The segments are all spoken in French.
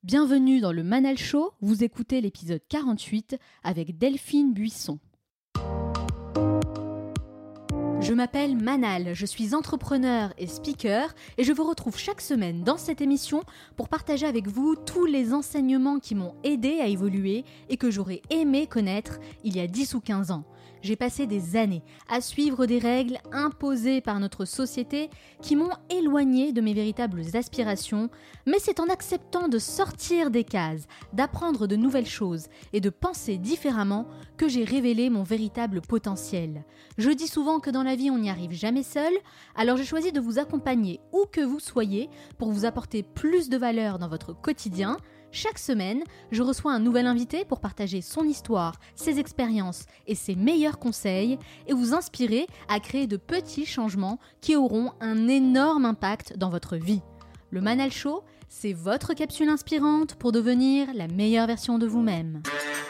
Bienvenue dans le Manal Show, vous écoutez l'épisode 48 avec Delphine Buisson. Je m'appelle Manal, je suis entrepreneur et speaker et je vous retrouve chaque semaine dans cette émission pour partager avec vous tous les enseignements qui m'ont aidé à évoluer et que j'aurais aimé connaître il y a 10 ou 15 ans. J'ai passé des années à suivre des règles imposées par notre société qui m'ont éloigné de mes véritables aspirations, mais c'est en acceptant de sortir des cases, d'apprendre de nouvelles choses et de penser différemment que j'ai révélé mon véritable potentiel. Je dis souvent que dans la vie on n'y arrive jamais seul, alors j'ai choisi de vous accompagner où que vous soyez pour vous apporter plus de valeur dans votre quotidien. Chaque semaine, je reçois un nouvel invité pour partager son histoire, ses expériences et ses meilleurs conseils et vous inspirer à créer de petits changements qui auront un énorme impact dans votre vie. Le Manal Show, c'est votre capsule inspirante pour devenir la meilleure version de vous-même.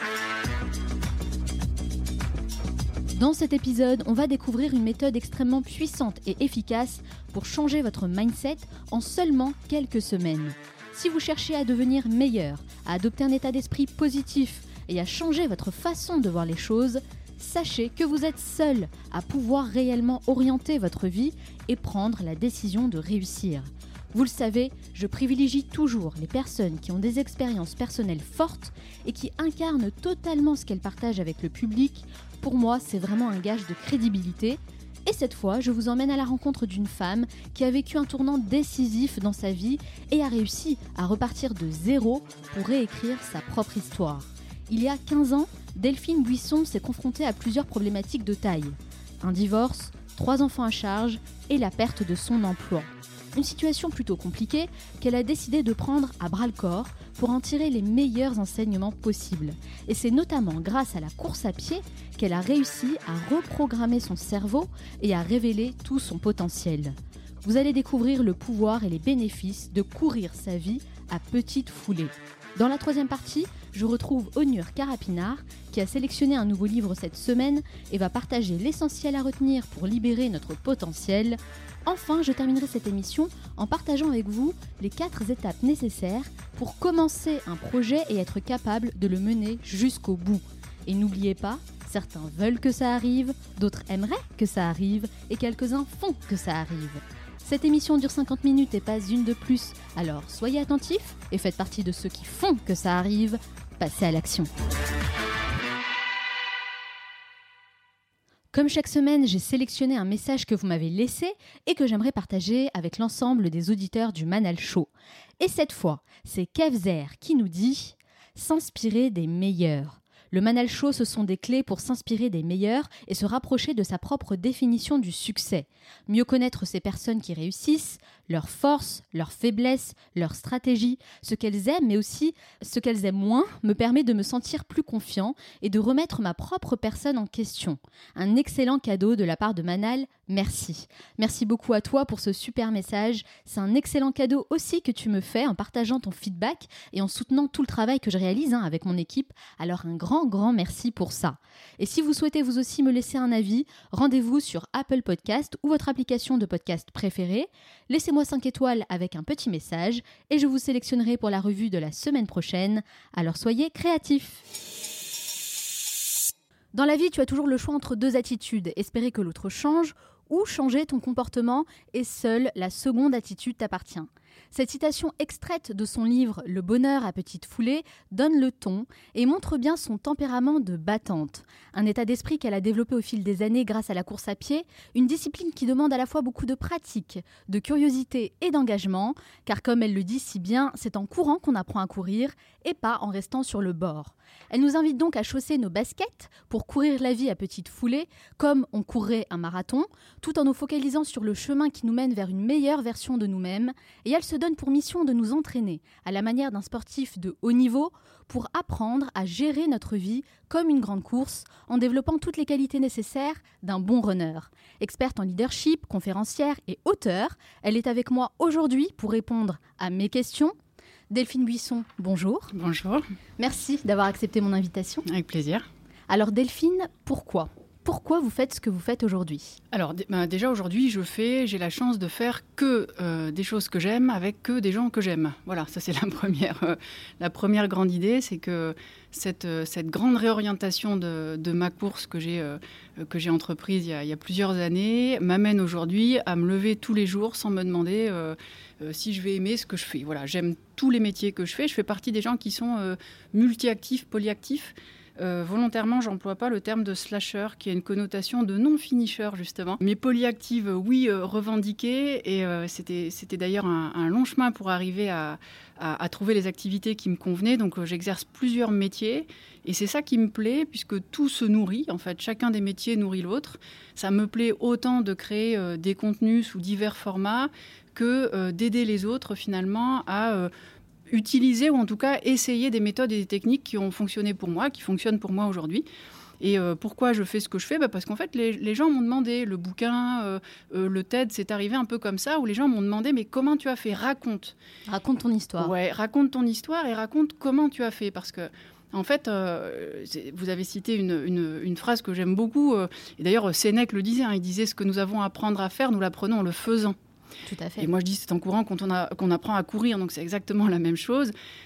Dans cet épisode, on va découvrir une méthode extrêmement puissante et efficace pour changer votre mindset en seulement quelques semaines. Si vous cherchez à devenir meilleur, à adopter un état d'esprit positif et à changer votre façon de voir les choses, sachez que vous êtes seul à pouvoir réellement orienter votre vie et prendre la décision de réussir. Vous le savez, je privilégie toujours les personnes qui ont des expériences personnelles fortes et qui incarnent totalement ce qu'elles partagent avec le public. Pour moi, c'est vraiment un gage de crédibilité. Et cette fois, je vous emmène à la rencontre d'une femme qui a vécu un tournant décisif dans sa vie et a réussi à repartir de zéro pour réécrire sa propre histoire. Il y a 15 ans, Delphine Buisson s'est confrontée à plusieurs problématiques de taille. Un divorce, 3 enfants à charge et la perte de son emploi. Une situation plutôt compliquée qu'elle a décidé de prendre à bras-le-corps pour en tirer les meilleurs enseignements possibles. Et c'est notamment grâce à la course à pied qu'elle a réussi à reprogrammer son cerveau et à révéler tout son potentiel. Vous allez découvrir le pouvoir et les bénéfices de courir sa vie à petite foulée. Dans la 3e partie, je retrouve Onur Karapinar qui a sélectionné un nouveau livre cette semaine et va partager l'essentiel à retenir pour libérer notre potentiel. Enfin, je terminerai cette émission en partageant avec vous les 4 étapes nécessaires pour commencer un projet et être capable de le mener jusqu'au bout. Et n'oubliez pas, certains veulent que ça arrive, d'autres aimeraient que ça arrive et quelques-uns font que ça arrive. Cette émission dure 50 minutes et pas une de plus, alors soyez attentifs et faites partie de ceux qui font que ça arrive. Passez à l'action. Comme chaque semaine, j'ai sélectionné un message que vous m'avez laissé et que j'aimerais partager avec l'ensemble des auditeurs du Manal Show. Et cette fois, c'est Kevzer qui nous dit « S'inspirer des meilleurs ». Le Manal Show, ce sont des clés pour s'inspirer des meilleurs et se rapprocher de sa propre définition du succès. Mieux connaître ces personnes qui réussissent, leurs forces, leurs faiblesses, leurs stratégies, ce qu'elles aiment mais aussi ce qu'elles aiment moins me permet de me sentir plus confiant et de remettre ma propre personne en question. Un excellent cadeau de la part de Manal, merci. Merci beaucoup à toi pour ce super message. C'est un excellent cadeau aussi que tu me fais en partageant ton feedback et en soutenant tout le travail que je réalise avec mon équipe. Alors un grand merci pour ça. Et si vous souhaitez vous aussi me laisser un avis, rendez-vous sur Apple Podcast ou votre application de podcast préférée. Laissez-moi 5 étoiles avec un petit message et je vous sélectionnerai pour la revue de la semaine prochaine. Alors soyez créatifs. Dans la vie, tu as toujours le choix entre 2 attitudes, espérer que l'autre change ou changer ton comportement et seule la seconde attitude t'appartient. Cette citation extraite de son livre « Le bonheur à petite foulée » donne le ton et montre bien son tempérament de battante. Un état d'esprit qu'elle a développé au fil des années grâce à la course à pied, une discipline qui demande à la fois beaucoup de pratique, de curiosité et d'engagement, car comme elle le dit si bien, c'est en courant qu'on apprend à courir et pas en restant sur le bord. Elle nous invite donc à chausser nos baskets pour courir la vie à petite foulée, comme on courrait un marathon, tout en nous focalisant sur le chemin qui nous mène vers une meilleure version de nous-mêmes. Et elle se donne pour mission de nous entraîner, à la manière d'un sportif de haut niveau, pour apprendre à gérer notre vie comme une grande course, en développant toutes les qualités nécessaires d'un bon runner. Experte en leadership, conférencière et auteure, elle est avec moi aujourd'hui pour répondre à mes questions. Delphine Buisson, bonjour. Bonjour. Merci d'avoir accepté mon invitation. Avec plaisir. Alors Delphine, pourquoi pourquoi vous faites ce que vous faites aujourd'hui ? Alors déjà aujourd'hui, j'ai la chance de faire que des choses que j'aime avec que des gens que j'aime. Voilà, ça c'est la première grande idée, c'est que cette grande réorientation de ma course que j'ai entreprise il y a plusieurs années m'amène aujourd'hui à me lever tous les jours sans me demander si je vais aimer ce que je fais. Voilà, j'aime tous les métiers que je fais. Je fais partie des gens qui sont multi-actifs, polyactifs. Volontairement, j'emploie pas le terme de slasher, qui a une connotation de non-finisher, justement. Mais polyactive, oui, revendiquée. Et c'était d'ailleurs un long chemin pour arriver à trouver les activités qui me convenaient. Donc, j'exerce plusieurs métiers. Et c'est ça qui me plaît, puisque tout se nourrit. En fait, chacun des métiers nourrit l'autre. Ça me plaît autant de créer des contenus sous divers formats que d'aider les autres, finalement, à utiliser ou en tout cas essayer des méthodes et des techniques qui ont fonctionné pour moi, qui fonctionnent pour moi aujourd'hui. Et pourquoi je fais ce que je fais ? Parce qu'en fait, les gens m'ont demandé, le bouquin, le TED, c'est arrivé un peu comme ça, où les gens m'ont demandé, mais comment tu as fait ? Raconte. Raconte ton histoire. Ouais, raconte ton histoire et raconte comment tu as fait. Parce que, en fait, vous avez cité une phrase que j'aime beaucoup. Et d'ailleurs, Sénèque le disait, il disait « Ce que nous avons à apprendre à faire, nous l'apprenons en le faisant ». Tout à fait. Et moi, je dis c'est en courant qu'on apprend à courir, donc c'est exactement la même chose.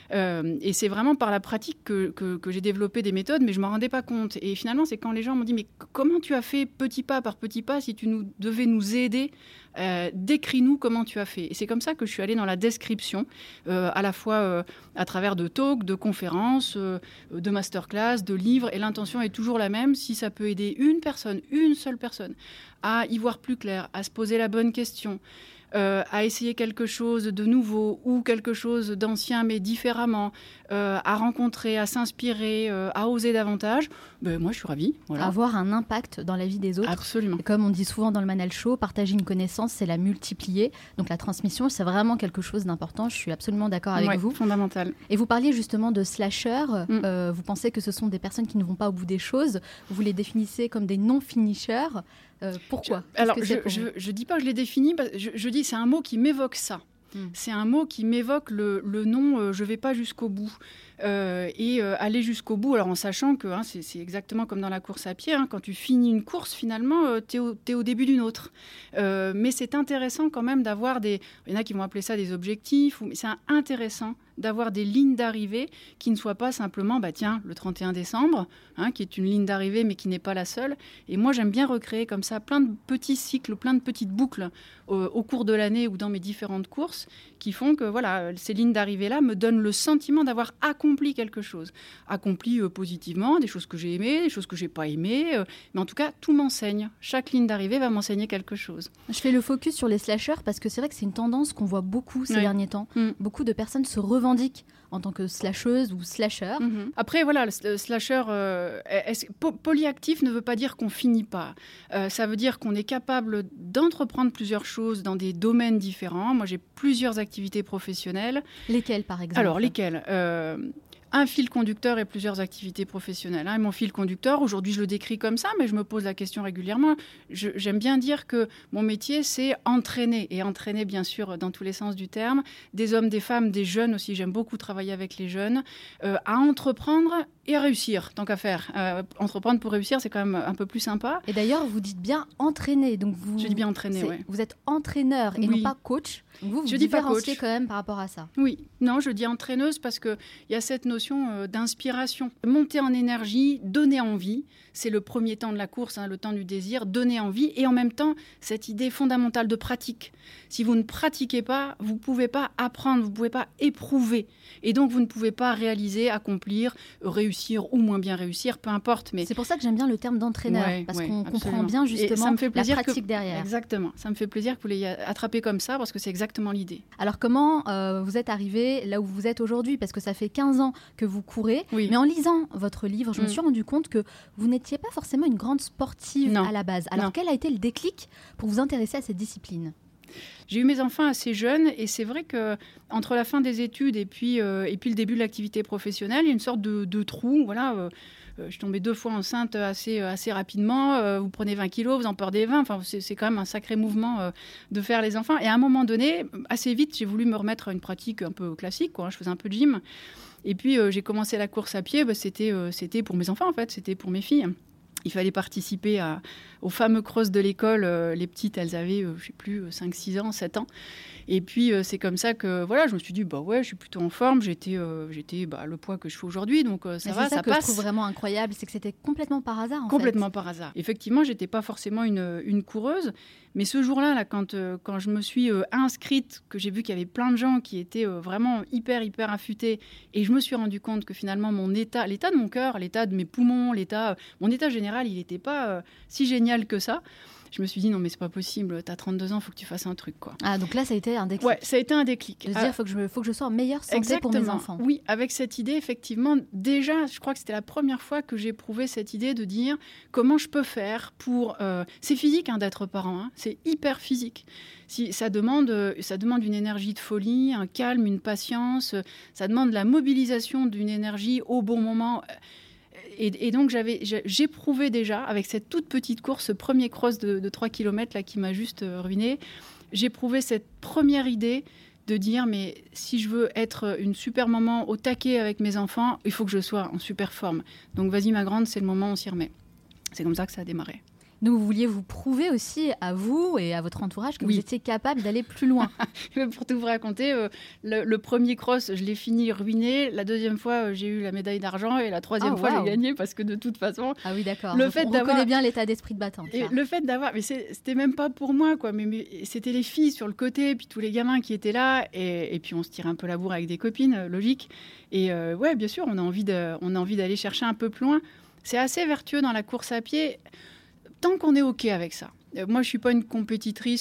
Et c'est vraiment par la pratique que j'ai développé des méthodes, mais je ne m'en rendais pas compte. Et finalement, c'est quand les gens m'ont dit « Mais comment tu as fait petit pas par petit pas si tu devais nous aider décris-nous comment tu as fait ». Et c'est comme ça que je suis allée dans la description, à la fois à travers de talks, de conférences, de masterclass, de livres. Et l'intention est toujours la même. Si ça peut aider une seule personne, à y voir plus clair, à se poser la bonne question, à essayer quelque chose de nouveau ou quelque chose d'ancien mais différemment, à rencontrer, à s'inspirer, à oser davantage, moi je suis ravie. Voilà. Avoir un impact dans la vie des autres. Absolument. Et comme on dit souvent dans le Manal Show, partager une connaissance, c'est la multiplier. Donc la transmission, c'est vraiment quelque chose d'important. Je suis absolument d'accord avec vous. Fondamental. Et vous parliez justement de slashers. Vous pensez que ce sont des personnes qui ne vont pas au bout des choses. Vous les définissez comme des non-finishers. Pourquoi ? Alors, je dis pas que je les définis, je dis c'est un mot qui m'évoque ça. C'est un mot qui m'évoque le nom je vais pas jusqu'au bout. Et aller jusqu'au bout, alors en sachant que c'est exactement comme dans la course à pied, quand tu finis une course, finalement, t'es au début d'une autre. Mais c'est intéressant quand même d'avoir il y en a qui vont appeler ça des objectifs, mais c'est intéressant d'avoir des lignes d'arrivée qui ne soient pas simplement, le 31 décembre, qui est une ligne d'arrivée, mais qui n'est pas la seule. Et moi, j'aime bien recréer comme ça plein de petits cycles, plein de petites boucles au cours de l'année ou dans mes différentes courses qui font que ces lignes d'arrivée-là me donnent le sentiment d'avoir accompli quelque chose. Accompli positivement, des choses que j'ai aimées, des choses que j'ai pas aimées. Mais en tout cas, tout m'enseigne. Chaque ligne d'arrivée va m'enseigner quelque chose. Je fais le focus sur les slashers parce que c'est vrai que c'est une tendance qu'on voit beaucoup ces derniers temps. Beaucoup de personnes se revendiquent en tant que slasheuse ou slasher. Après, le slasher polyactif ne veut pas dire qu'on finit pas. Ça veut dire qu'on est capable d'entreprendre plusieurs choses dans des domaines différents. Moi, j'ai plusieurs activités professionnelles. Lesquelles, par exemple ? Alors, lesquelles un fil conducteur et plusieurs activités professionnelles. Et mon fil conducteur, aujourd'hui, je le décris comme ça, mais je me pose la question régulièrement. J'aime bien dire que mon métier, c'est entraîner. Et entraîner, bien sûr, dans tous les sens du terme. Des hommes, des femmes, des jeunes aussi. J'aime beaucoup travailler avec les jeunes. À entreprendre et à réussir, tant qu'à faire. Entreprendre pour réussir, c'est quand même un peu plus sympa. Et d'ailleurs, vous dites bien entraîner. Donc je dis bien entraîner, oui. Vous êtes entraîneur et non pas coach. Vous différenciez quand même par rapport à ça. Oui, non, je dis entraîneuse parce qu'il y a cette notion d'inspiration. Monter en énergie, donner envie, c'est le premier temps de la course, le temps du désir, donner envie. Et en même temps, cette idée fondamentale de pratique. Si vous ne pratiquez pas, vous ne pouvez pas apprendre, vous ne pouvez pas éprouver. Et donc, vous ne pouvez pas réaliser, accomplir, réussir ou moins bien réussir, peu importe. Mais c'est pour ça que j'aime bien le terme d'entraîneur, parce qu'on comprend bien justement la pratique derrière. Exactement. Ça me fait plaisir que vous l'ayez attrapé comme ça, parce que c'est exactement l'idée. Alors, comment vous êtes arrivé là où vous êtes aujourd'hui ? Parce que ça fait 15 ans que vous courez. Oui. Mais en lisant votre livre, je me suis rendu compte que vous n'étiez pas forcément une grande sportive à la base. Alors, quel a été le déclic pour vous intéresser à cette discipline ? J'ai eu mes enfants assez jeunes et c'est vrai qu'entre la fin des études et puis le début de l'activité professionnelle, il y a une sorte de trou. Voilà, je suis tombée 2 fois enceinte assez rapidement. Vous prenez 20 kilos, vous en perdez 20. Enfin, c'est quand même un sacré mouvement de faire les enfants. Et à un moment donné, assez vite, j'ai voulu me remettre à une pratique un peu classique. Je faisais un peu de gym. Et puis, j'ai commencé la course à pied. C'était pour mes enfants, en fait. C'était pour mes filles. Il fallait participer au fameux cross de l'école. Les petites, elles avaient, 5-6 ans, 7 ans. Et puis, c'est comme ça que je me suis dit, je suis plutôt en forme. J'étais le poids que je fais aujourd'hui, donc ça va, ça passe. C'est ça que je trouve vraiment incroyable, c'est que c'était complètement par hasard, Complètement par hasard. Effectivement, je n'étais pas forcément une coureuse. Mais ce jour-là, quand je me suis inscrite, que j'ai vu qu'il y avait plein de gens qui étaient vraiment hyper, hyper affûtés, et je me suis rendu compte que finalement, l'état de mon cœur, l'état de mes poumons, mon état général, il n'était pas si génial que ça. Je me suis dit, non, mais c'est pas possible, t'as 32 ans, il faut que tu fasses un truc, quoi. Ah, donc là, ça a été un déclic. Ouais, ça a été un déclic. De se dire, faut que je sois en meilleure santé. Exactement. Pour mes enfants. Oui, avec cette idée, effectivement, déjà, je crois que c'était la première fois que j'ai éprouvé cette idée de dire comment je peux faire pour... c'est physique d'être parent, hein, c'est hyper physique. Ça demande une énergie de folie, un calme, une patience, ça demande la mobilisation d'une énergie au bon moment... Et donc, j'éprouvais déjà, avec cette toute petite course, ce premier cross de 3 km là, qui m'a juste ruinée, j'éprouvais cette première idée de dire, mais si je veux être une super maman au taquet avec mes enfants, il faut que je sois en super forme. Donc, vas-y ma grande, c'est le moment, on s'y remet. C'est comme ça que ça a démarré. Donc, vous vouliez vous prouver aussi à vous et à votre entourage que vous étiez capable d'aller plus loin. Pour tout vous raconter, le premier cross, je l'ai fini ruiné. La deuxième fois, j'ai eu la médaille d'argent. Et la troisième fois, j'ai gagné parce que de toute façon... Ah oui, d'accord. On reconnaît bien l'état d'esprit de battante. Et le fait d'avoir... Mais c'était même pas pour moi, quoi. Mais c'était les filles sur le côté, puis tous les gamins qui étaient là. Et puis, on se tire un peu la bourre avec des copines, logique. Et bien sûr, on a envie d'aller chercher un peu plus loin. C'est assez vertueux dans la course à pied... Tant qu'on est OK avec ça. Moi, je ne suis pas une compétitrice.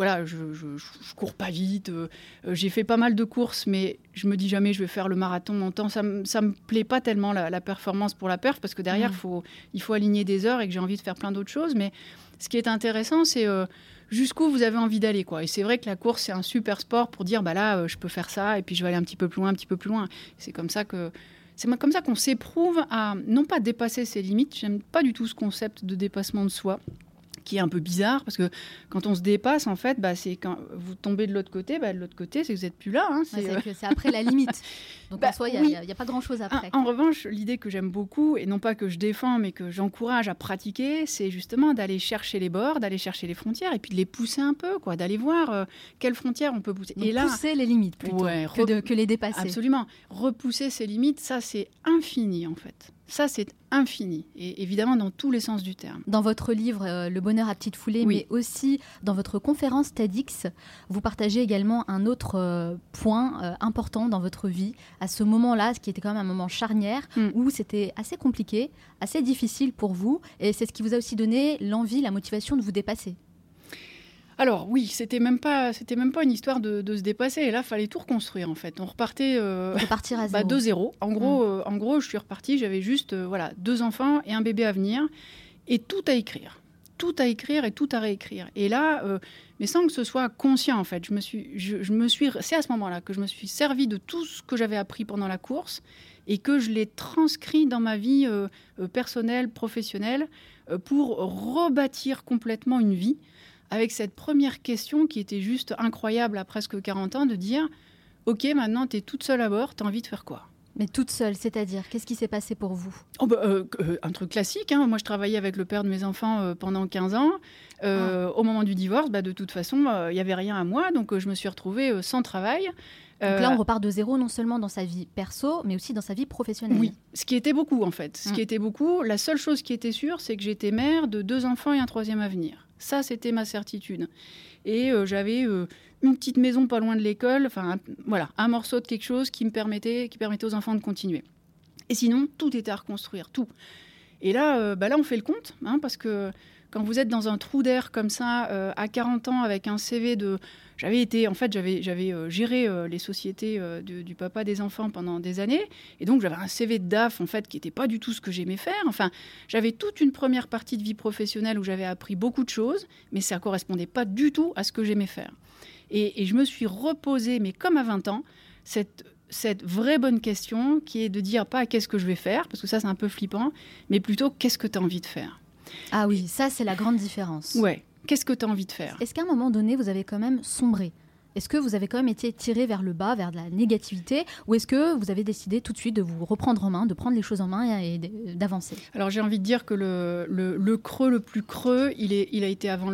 Je cours pas vite. J'ai fait pas mal de courses, mais je me dis jamais je vais faire le marathon longtemps. Ça me plaît pas tellement la performance pour la perf, parce que derrière, il faut aligner des heures et que j'ai envie de faire plein d'autres choses. Mais ce qui est intéressant, c'est jusqu'où vous avez envie d'aller, quoi. Et c'est vrai que la course, c'est un super sport pour dire, je peux faire ça et puis je vais aller un petit peu plus loin, un petit peu plus loin. C'est comme ça qu'on s'éprouve à non pas dépasser ses limites. J'aime pas du tout ce concept de dépassement de soi, qui est un peu bizarre, parce que quand on se dépasse, en fait, c'est quand vous tombez de l'autre côté, de l'autre côté, c'est que vous n'êtes plus là. Hein, c'est après la limite. Donc en soi, il n'y a pas grand-chose après. En revanche, l'idée que j'aime beaucoup, et non pas que je défends, mais que j'encourage à pratiquer, c'est justement d'aller chercher les bords, d'aller chercher les frontières, et puis de les pousser un peu, quoi, d'aller voir quelles frontières on peut pousser. Donc, et là, pousser les limites plutôt, que les dépasser. Absolument. Repousser ces limites, ça, c'est infini, en fait. Ça, c'est infini, et évidemment dans tous les sens du terme. Dans votre livre Le bonheur à petite foulée, mais aussi dans votre conférence TEDx, vous partagez également un autre point important dans votre vie, à ce moment-là, ce qui était quand même un moment charnière, où c'était assez compliqué, assez difficile pour vous, et c'est ce qui vous a aussi donné l'envie, la motivation de vous dépasser. Alors oui, c'était même pas une histoire de se dépasser. Et là, il fallait tout reconstruire, en fait. On repartait repartir à zéro. De zéro. En gros, je suis repartie. J'avais juste 2 enfants et un bébé à venir. Et tout à écrire. Tout à écrire et tout à réécrire. Et là, mais sans que ce soit conscient, en fait. C'est à ce moment-là que je me suis servie de tout ce que j'avais appris pendant la course et que je l'ai transcrit dans ma vie personnelle, professionnelle, pour rebâtir complètement une vie. Avec cette première question qui était juste incroyable à presque 40 ans, de dire « Ok, maintenant, tu es toute seule à bord, tu as envie de faire quoi ?» Mais toute seule, c'est-à-dire, qu'est-ce qui s'est passé pour vous ? Un truc classique. Hein. Moi, je travaillais avec le père de mes enfants pendant 15 ans. Au moment du divorce, de toute façon, il n'y avait rien à moi. Donc, je me suis retrouvée sans travail. Donc là, on repart de zéro, non seulement dans sa vie perso, mais aussi dans sa vie professionnelle. Oui, ce qui était beaucoup, en fait. La seule chose qui était sûre, c'est que j'étais mère de 2 enfants et un 3e à venir. Ça, c'était ma certitude. Et j'avais une petite maison pas loin de l'école, un morceau de quelque chose qui permettait aux enfants de continuer. Et sinon, tout était à reconstruire, tout. Et là, on fait le compte, parce que quand vous êtes dans un trou d'air comme ça, à 40 ans, avec un CV de... J'avais géré les sociétés du papa des enfants pendant des années. Et donc, j'avais un CV de DAF, en fait, qui n'était pas du tout ce que j'aimais faire. Enfin, j'avais toute une première partie de vie professionnelle où j'avais appris beaucoup de choses, mais ça ne correspondait pas du tout à ce que j'aimais faire. Et je me suis reposée, mais comme à 20 ans, cette vraie bonne question qui est de dire pas qu'est-ce que je vais faire, parce que ça, c'est un peu flippant, mais plutôt qu'est-ce que tu as envie de faire. Ah oui, ça, c'est la grande différence. Ouais. Qu'est-ce que tu as envie de faire ? Est-ce qu'à un moment donné, vous avez quand même sombré Est-ce que vous avez quand même été tiré vers le bas, vers de la négativité, ou est-ce que vous avez décidé tout de suite de vous reprendre en main, de prendre les choses en main et d'avancer ? Alors j'ai envie de dire que le creux le plus creux, il a été avant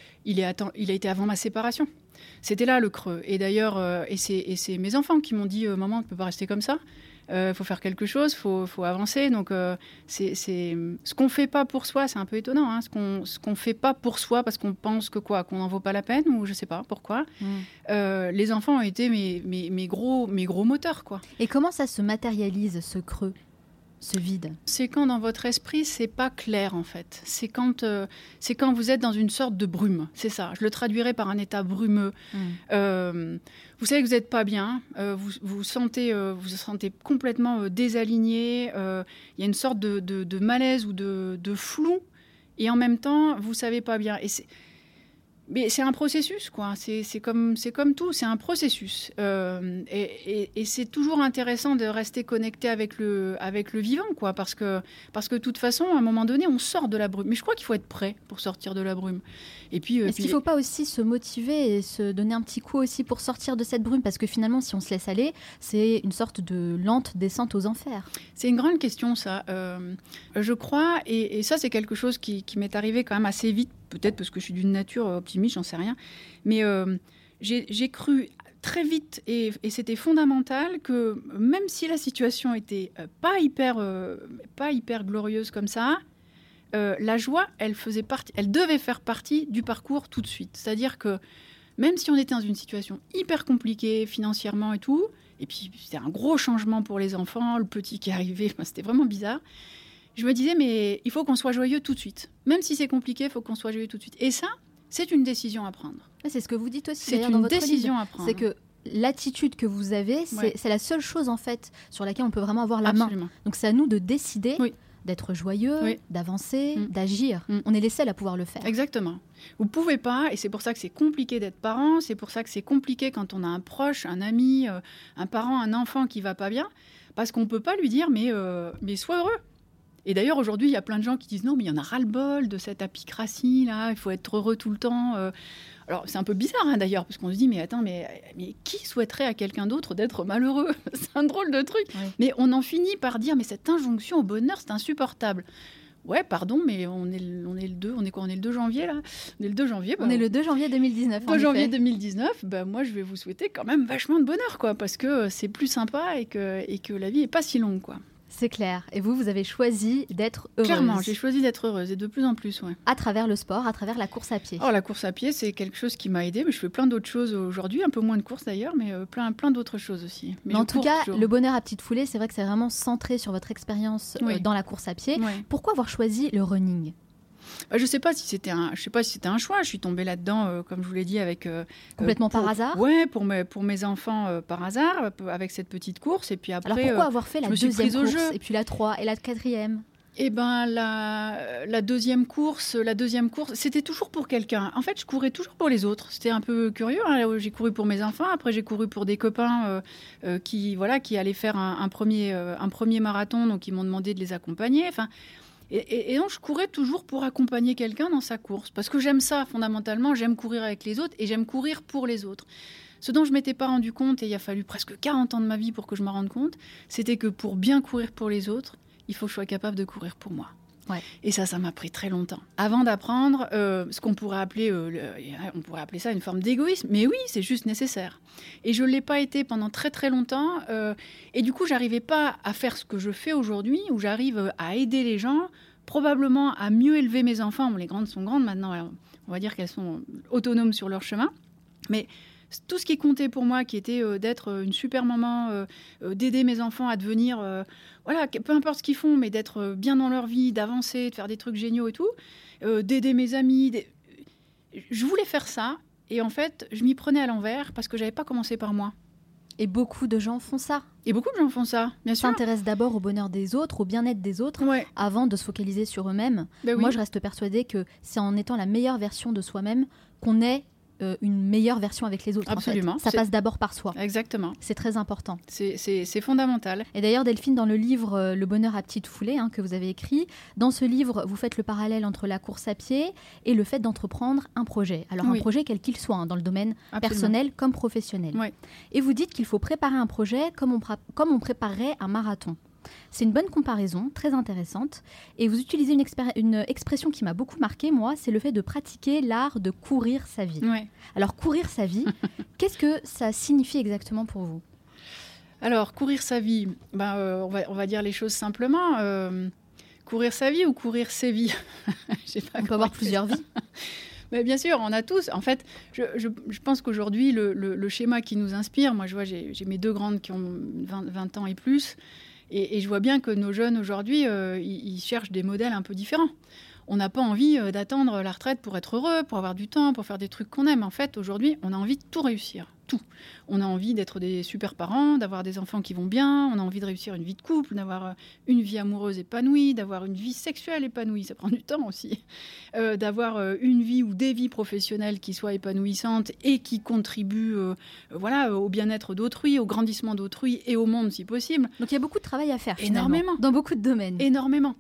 ma séparation. C'était là le creux. Et d'ailleurs, c'est mes enfants qui m'ont dit maman, on ne peut pas rester comme ça. Faut faire quelque chose, faut avancer. Donc, c'est ce qu'on fait pas pour soi, c'est un peu étonnant. Hein, ce qu'on fait pas pour soi parce qu'on pense qu'on n'en vaut pas la peine ou je sais pas pourquoi. Les enfants ont été mes gros moteurs, quoi. Et comment ça se matérialise, ce creux, ce vide ? C'est quand dans votre esprit, c'est pas clair en fait. C'est quand vous êtes dans une sorte de brume. C'est ça. Je le traduirais par un état brumeux. Vous savez que vous n'êtes pas bien. Vous vous sentez complètement désaligné. Il y a une sorte de malaise ou de flou. Et en même temps, vous savez pas bien. Mais c'est un processus, quoi. C'est comme tout, c'est un processus. Et c'est toujours intéressant de rester connecté avec le vivant, quoi. Parce que de toute façon, à un moment donné, on sort de la brume. Mais je crois qu'il faut être prêt pour sortir de la brume. Et puis, est-ce qu'il ne faut pas aussi se motiver et se donner un petit coup aussi pour sortir de cette brume ? Parce que finalement, si on se laisse aller, c'est une sorte de lente descente aux enfers. C'est une grande question, ça. Je crois, et ça, c'est quelque chose qui m'est arrivé quand même assez vite. Peut-être parce que je suis d'une nature optimiste, j'en sais rien. Mais j'ai cru très vite, et c'était fondamental, que même si la situation était pas hyper glorieuse comme ça, la joie, elle devait faire partie du parcours tout de suite. C'est-à-dire que même si on était dans une situation hyper compliquée financièrement et tout, et puis c'était un gros changement pour les enfants, le petit qui arrivait, c'était vraiment bizarre. Je me disais, mais il faut qu'on soit joyeux tout de suite. Même si c'est compliqué, il faut qu'on soit joyeux tout de suite. Et ça, c'est une décision à prendre. C'est ce que vous dites aussi. C'est une décision à prendre. C'est que l'attitude que vous avez, c'est la seule chose, en fait, sur laquelle on peut vraiment avoir la main. Donc, c'est à nous de décider d'être joyeux, d'avancer, d'agir. On est les seuls à pouvoir le faire. Exactement. Vous ne pouvez pas, et c'est pour ça que c'est compliqué d'être parent, c'est pour ça que c'est compliqué quand on a un proche, un ami, un parent, un enfant qui ne va pas bien, parce qu'on ne peut pas lui dire, mais sois heureux. Et d'ailleurs, aujourd'hui, il y a plein de gens qui disent « Non, mais il y en a ras-le-bol de cette apicratie, là, il faut être heureux tout le temps. » Alors, c'est un peu bizarre, hein, d'ailleurs, parce qu'on se dit « Mais attends, mais qui souhaiterait à quelqu'un d'autre d'être malheureux ?» C'est un drôle de truc. Oui. Mais on en finit par dire « Mais cette injonction au bonheur, c'est insupportable. » Ouais, pardon, mais on est le 2, on est quoi ? On est le 2 janvier, là ? On est le 2 janvier. On est le 2 janvier 2019, 2 janvier 2019, moi, je vais vous souhaiter quand même vachement de bonheur, quoi, parce que c'est plus sympa et que la vie n'est pas si longue, quoi. C'est clair. Et vous avez choisi d'être heureuse. Clairement, j'ai choisi d'être heureuse, et de plus en plus, ouais. À travers le sport, à travers la course à pied. Oh, la course à pied, c'est quelque chose qui m'a aidée. Mais je fais plein d'autres choses aujourd'hui, un peu moins de course d'ailleurs, mais plein d'autres choses aussi. Mais en tout cas, le bonheur à petite foulée, c'est vrai que c'est vraiment centré sur votre expérience dans la course à pied. Oui. Pourquoi avoir choisi le running ? Je sais pas si c'était un choix. Je suis tombée là-dedans, comme je vous l'ai dit, avec complètement par hasard. Ouais, pour mes enfants par hasard, avec cette petite course. Et puis après, alors pourquoi avoir fait la deuxième course et puis la 3 et la 4e ? Eh ben la deuxième course, c'était toujours pour quelqu'un. En fait, je courais toujours pour les autres. C'était un peu curieux. Hein. J'ai couru pour mes enfants. Après, j'ai couru pour des copains qui allaient faire un premier marathon, donc ils m'ont demandé de les accompagner. Enfin. Et donc, je courais toujours pour accompagner quelqu'un dans sa course. Parce que j'aime ça, fondamentalement. J'aime courir avec les autres et j'aime courir pour les autres. Ce dont je ne m'étais pas rendu compte, et il a fallu presque 40 ans de ma vie pour que je m'en rende compte, c'était que pour bien courir pour les autres, il faut que je sois capable de courir pour moi. Ouais. Et ça m'a pris très longtemps. Avant d'apprendre ce qu'on pourrait appeler, on pourrait appeler ça une forme d'égoïsme. Mais oui, c'est juste nécessaire. Et je ne l'ai pas été pendant très très longtemps. Et du coup, je n'arrivais pas à faire ce que je fais aujourd'hui, où j'arrive à aider les gens, probablement à mieux élever mes enfants. Bon, les grandes sont grandes maintenant, alors on va dire qu'elles sont autonomes sur leur chemin. Mais tout ce qui comptait pour moi, qui était d'être une super maman, d'aider mes enfants à devenir, peu importe ce qu'ils font, mais d'être bien dans leur vie, d'avancer, de faire des trucs géniaux et tout, d'aider mes amis. Je voulais faire ça, et en fait, je m'y prenais à l'envers parce que j'avais pas commencé par moi. Et beaucoup de gens font ça. Et beaucoup de gens font ça, bien sûr. S'intéressent d'abord au bonheur des autres, au bien-être des autres, avant de se focaliser sur eux-mêmes. Ben oui. Moi, je reste persuadée que c'est en étant la meilleure version de soi-même qu'on est une meilleure version avec les autres. Absolument. En fait. Ça passe d'abord par soi. Exactement. C'est très important. C'est fondamental. Et d'ailleurs, Delphine, dans le livre Le bonheur à petites foulées que vous avez écrit, dans ce livre, vous faites le parallèle entre la course à pied et le fait d'entreprendre un projet. Alors un projet quel qu'il soit, dans le domaine personnel comme professionnel. Oui. Et vous dites qu'il faut préparer un projet comme on préparerait un marathon. C'est une bonne comparaison, très intéressante. Et vous utilisez une expression qui m'a beaucoup marquée, moi, c'est le fait de pratiquer l'art de courir sa vie. Ouais. Alors, courir sa vie, qu'est-ce que ça signifie exactement pour vous ? Alors, courir sa vie, on va dire les choses simplement. Courir sa vie ou courir ses vies ? On peut avoir plusieurs vies. Mais bien sûr, on a tous. En fait, je pense qu'aujourd'hui, le schéma qui nous inspire, moi, je vois, j'ai mes 2 grandes qui ont 20 ans et plus, et je vois bien que nos jeunes, aujourd'hui, ils cherchent des modèles un peu différents. On n'a pas envie d'attendre la retraite pour être heureux, pour avoir du temps, pour faire des trucs qu'on aime. En fait, aujourd'hui, on a envie de tout réussir. Tout. On a envie d'être des super parents, d'avoir des enfants qui vont bien, on a envie de réussir une vie de couple, d'avoir une vie amoureuse épanouie, d'avoir une vie sexuelle épanouie, ça prend du temps aussi, d'avoir une vie ou des vies professionnelles qui soient épanouissantes et qui contribuent au bien-être d'autrui, au grandissement d'autrui et au monde si possible. Donc il y a beaucoup de travail à faire, énormément, dans beaucoup de domaines. Énormément.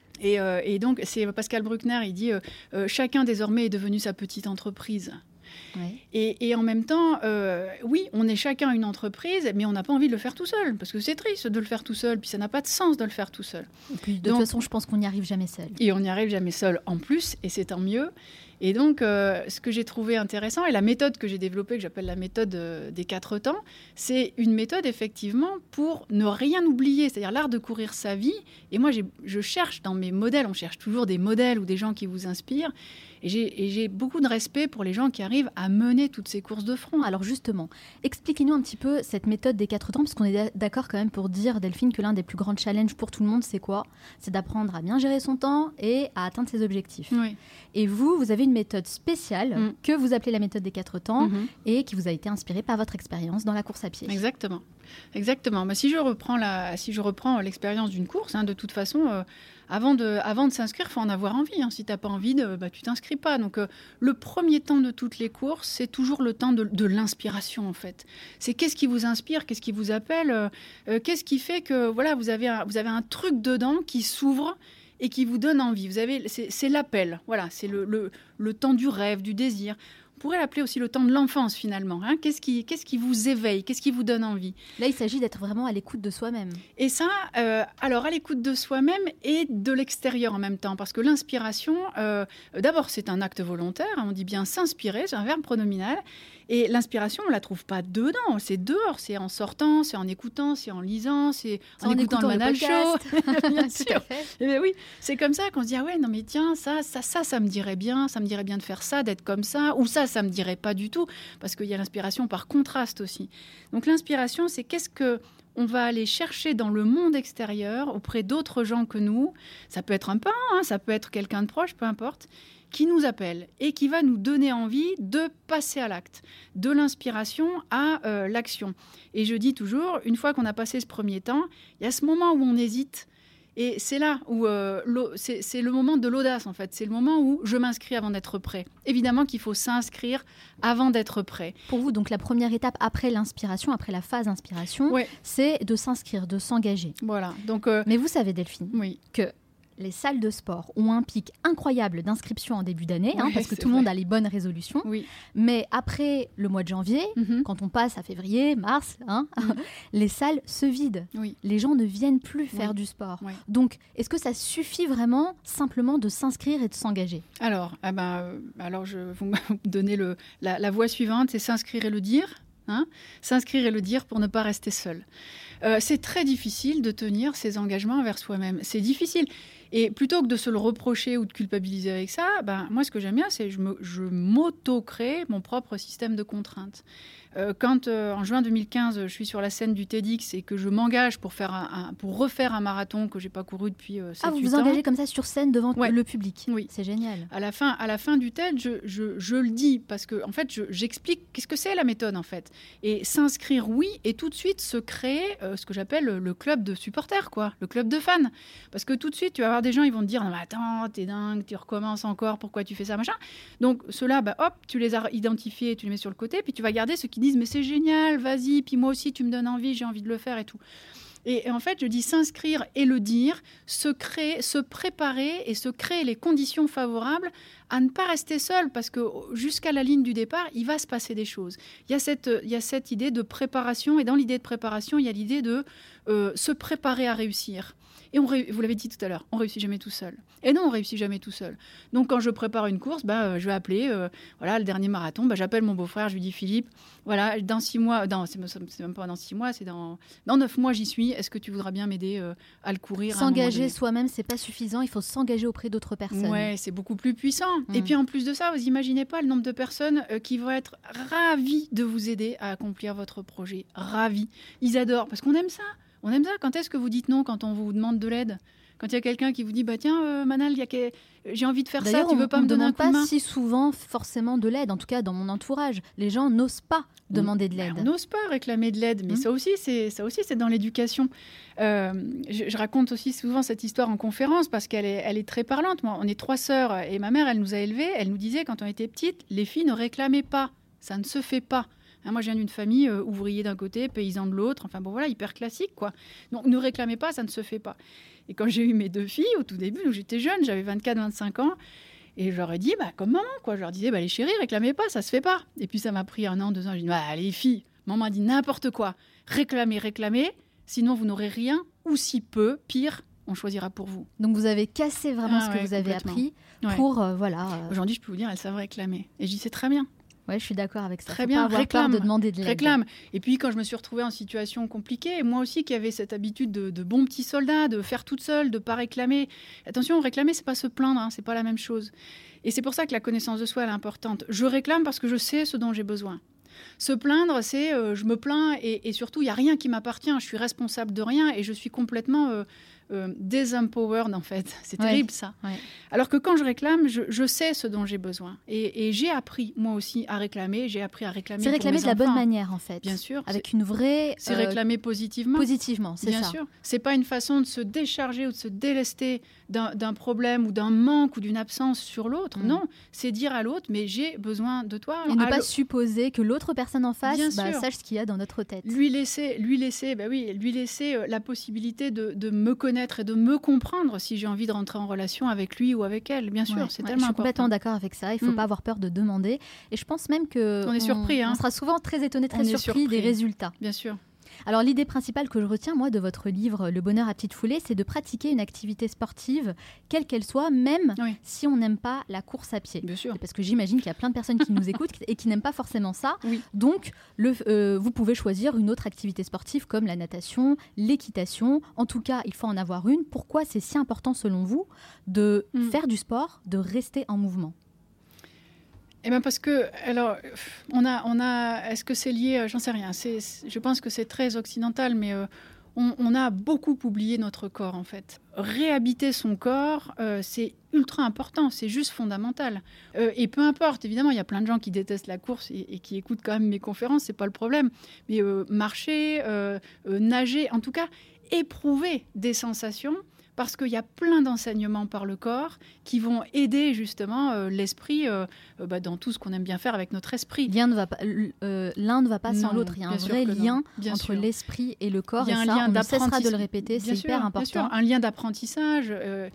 Et donc, c'est Pascal Bruckner, il dit chacun désormais est devenu sa petite entreprise. Ouais. Et en même temps, oui, on est chacun une entreprise, mais on n'a pas envie de le faire tout seul, parce que c'est triste de le faire tout seul, puis ça n'a pas de sens de le faire tout seul. Et puis, de toute façon, je pense qu'on n'y arrive jamais seul. Et on n'y arrive jamais seul en plus, et c'est tant mieux. Et donc, ce que j'ai trouvé intéressant, et la méthode que j'ai développée, que j'appelle la méthode des 4 temps, c'est une méthode, effectivement, pour ne rien oublier, c'est-à-dire l'art de courir sa vie. Et moi, je cherche dans mes modèles, on cherche toujours des modèles ou des gens qui vous inspirent, et j'ai beaucoup de respect pour les gens qui arrivent à mener toutes ces courses de front. Alors justement, expliquez-nous un petit peu cette méthode des 4 temps, parce qu'on est d'accord quand même pour dire, Delphine, que l'un des plus grands challenges pour tout le monde, c'est quoi ? C'est d'apprendre à bien gérer son temps et à atteindre ses objectifs. Oui. Et vous avez une méthode spéciale que vous appelez la méthode des 4 temps et qui vous a été inspirée par votre expérience dans la course à pied. Exactement. Mais si je reprends l'expérience d'une course, de toute façon, avant de s'inscrire, il faut en avoir envie. Si tu n'as pas envie, tu t'inscris pas. Donc, le premier temps de toutes les courses, c'est toujours le temps de l'inspiration, en fait. C'est qu'est-ce qui vous inspire, qu'est-ce qui vous appelle, qu'est-ce qui fait que vous avez un truc dedans qui s'ouvre et qui vous donne envie. C'est l'appel. Voilà, c'est le temps du rêve, du désir. On pourrait l'appeler aussi le temps de l'enfance, finalement. Qu'est-ce qui vous éveille ? Qu'est-ce qui vous donne envie ? Là, il s'agit d'être vraiment à l'écoute de soi-même. Et ça, alors à l'écoute de soi-même et de l'extérieur en même temps. Parce que l'inspiration, d'abord, c'est un acte volontaire. On dit bien s'inspirer, c'est un verbe pronominal. Et l'inspiration, on ne la trouve pas dedans, c'est dehors. C'est en sortant, c'est en écoutant, c'est en lisant, c'est en écoutant le Manal Show. Bien sûr. Et bien oui, c'est comme ça qu'on se dit, ah ouais, non mais tiens, ça me dirait bien de faire ça, d'être comme ça, ou ça me dirait pas du tout, parce qu'il y a l'inspiration par contraste aussi. Donc l'inspiration, c'est qu'est-ce qu'on va aller chercher dans le monde extérieur, auprès d'autres gens que nous. Ça peut être un parent, ça peut être quelqu'un de proche, peu importe, qui nous appelle et qui va nous donner envie de passer à l'acte, de l'inspiration à l'action. Et je dis toujours, une fois qu'on a passé ce premier temps, il y a ce moment où on hésite. Et c'est là où c'est le moment de l'audace, en fait. C'est le moment où je m'inscris avant d'être prêt. Évidemment qu'il faut s'inscrire avant d'être prêt. Pour vous, donc la première étape après l'inspiration, après la phase inspiration, c'est de s'inscrire, de s'engager. Voilà. Donc, mais vous savez, Delphine, que les salles de sport ont un pic incroyable d'inscriptions en début d'année, parce que tout le monde a les bonnes résolutions. Oui. Mais après le mois de janvier, quand on passe à février, mars, les salles se vident. Oui. Les gens ne viennent plus faire du sport. Oui. Donc, est-ce que ça suffit vraiment simplement de s'inscrire et de s'engager ? Alors, vous me donnez la voie suivante, c'est s'inscrire et le dire. S'inscrire et le dire pour ne pas rester seul. C'est très difficile de tenir ses engagements envers soi-même. C'est difficile. Et plutôt que de se le reprocher ou de culpabiliser avec ça, moi, ce que j'aime bien, c'est que je m'auto-crée mon propre système de contraintes. Quand, en juin 2015, je suis sur la scène du TEDx et que je m'engage pour refaire un marathon que je n'ai pas couru depuis 7-8 ans. Ah, vous vous engagez comme ça sur scène devant le public ? Oui. C'est génial. À la fin du TED, je le dis parce que, en fait, j'explique qu'est-ce que c'est la méthode, en fait. Et s'inscrire, oui, et tout de suite se créer ce que j'appelle le club de supporters, quoi, le club de fans. Parce que tout de suite, tu vas avoir des gens, ils vont te dire « Non, mais attends, t'es dingue, tu recommences encore, pourquoi tu fais ça, machin ?» Donc, ceux-là, hop, tu les as identifiés, tu les mets sur le côté, puis tu vas garder ceux qui disent « Mais c'est génial, vas-y, puis moi aussi, tu me donnes envie, j'ai envie de le faire et tout. » Et en fait, je dis s'inscrire et le dire, se préparer et se créer les conditions favorables à ne pas rester seul, parce que jusqu'à la ligne du départ, il va se passer des choses. Il y a cette idée de préparation, et dans l'idée de préparation, il y a l'idée de se préparer à réussir. Et vous l'avez dit tout à l'heure, on réussit jamais tout seul. Et non, on réussit jamais tout seul. Donc, quand je prépare une course, je vais appeler, le dernier marathon, j'appelle mon beau-frère, je lui dis « Philippe, voilà, dans 6 mois, c'est même pas dans 6 mois, c'est dans 9 mois, j'y suis. Est-ce que tu voudras bien m'aider à le courir ?» S'engager soi-même, c'est pas suffisant. Il faut s'engager auprès d'autres personnes. Ouais, c'est beaucoup plus puissant. Et puis, en plus de ça, vous imaginez pas le nombre de personnes qui vont être ravies de vous aider à accomplir votre projet. Ravies. Ils adorent, parce qu'on aime ça. On aime ça. Quand est-ce que vous dites non quand on vous demande de l'aide ? Quand il y a quelqu'un qui vous dit tiens, Manal, j'ai envie de faire ça, tu veux pas me donner un coup de main ? D'ailleurs, on ne demande pas si souvent forcément de l'aide. En tout cas, dans mon entourage, les gens n'osent pas demander de l'aide. On n'ose pas réclamer de l'aide, mais ça aussi, c'est dans l'éducation. Je raconte aussi souvent cette histoire en conférence parce qu'elle est très parlante. Moi, on est 3 sœurs et ma mère, elle nous a élevées. Elle nous disait quand on était petites, les filles ne réclamaient pas. Ça ne se fait pas. Moi, je viens d'une famille ouvrier d'un côté, paysan de l'autre. Enfin, hyper classique, quoi. Donc, ne réclamez pas, ça ne se fait pas. Et quand j'ai eu mes 2 filles, au tout début, où j'étais jeune, j'avais 24-25 ans, et je leur ai dit, comme maman, quoi. Je leur disais, les chéris, réclamez pas, ça se fait pas. Et puis, ça m'a pris 1 an, 2 ans. J'ai dit, les filles, maman a dit n'importe quoi. Réclamez, sinon vous n'aurez rien, ou si peu, pire, on choisira pour vous. Donc, vous avez cassé vraiment ce que vous avez appris pour, Aujourd'hui, je peux vous dire, elles savent réclamer. Et je dis, c'est très bien. Ouais, je suis d'accord avec ça. Très bien, réclame de demander de l'aide. Réclame. Et puis quand je me suis retrouvée en situation compliquée, moi aussi qui avais cette habitude de bon petit soldat, de faire toute seule, de pas réclamer. Attention, réclamer, c'est pas se plaindre, c'est pas la même chose. Et c'est pour ça que la connaissance de soi elle est importante. Je réclame parce que je sais ce dont j'ai besoin. Se plaindre, c'est je me plains et surtout il y a rien qui m'appartient. Je suis responsable de rien et je suis complètement désempowered en fait. C'est terrible ça. Ouais. Alors que quand je réclame, je sais ce dont j'ai besoin. Et j'ai appris moi aussi à réclamer. J'ai appris à réclamer. C'est réclamer de la bonne manière en fait. Bien sûr. Avec une vraie. C'est réclamer positivement. Positivement, c'est ça. Bien sûr. C'est pas une façon de se décharger ou de se délester d'un problème ou d'un manque ou d'une absence sur l'autre. Non, c'est dire à l'autre, mais j'ai besoin de toi. Et ne pas supposer que l'autre personne en face sache ce qu'il y a dans notre tête. Lui laisser la possibilité de me connaître et de me comprendre si j'ai envie de rentrer en relation avec lui ou avec elle. Bien sûr, c'est tellement important. Je suis complètement d'accord avec ça. Il ne faut pas avoir peur de demander. Et je pense même qu'on est surpris. On sera souvent très étonné, très surpris des résultats. Bien sûr. Alors l'idée principale que je retiens moi de votre livre Le bonheur à petite foulée, c'est de pratiquer une activité sportive, quelle qu'elle soit, même si on n'aime pas la course à pied. Bien sûr. Parce que j'imagine qu'il y a plein de personnes qui nous écoutent et qui n'aiment pas forcément ça. Oui. Donc vous pouvez choisir une autre activité sportive comme la natation, l'équitation. En tout cas, il faut en avoir une. Pourquoi c'est si important selon vous de faire du sport, de rester en mouvement ? Eh bien parce que, alors, est-ce que c'est lié, j'en sais rien. Je pense que c'est très occidental, mais on a beaucoup oublié notre corps, en fait. Réhabiter son corps, c'est ultra important, c'est juste fondamental. Et peu importe, évidemment, il y a plein de gens qui détestent la course et qui écoutent quand même mes conférences, c'est pas le problème. Mais marcher, nager, en tout cas, éprouver des sensations, parce qu'il y a plein d'enseignements par le corps qui vont aider justement l'esprit dans tout ce qu'on aime bien faire avec notre esprit. L'un ne va pas sans l'autre. Il y a un vrai lien entre l'esprit et le corps. Il y a un lien on ne cessera de le répéter, c'est hyper important. Bien sûr, un lien d'apprentissage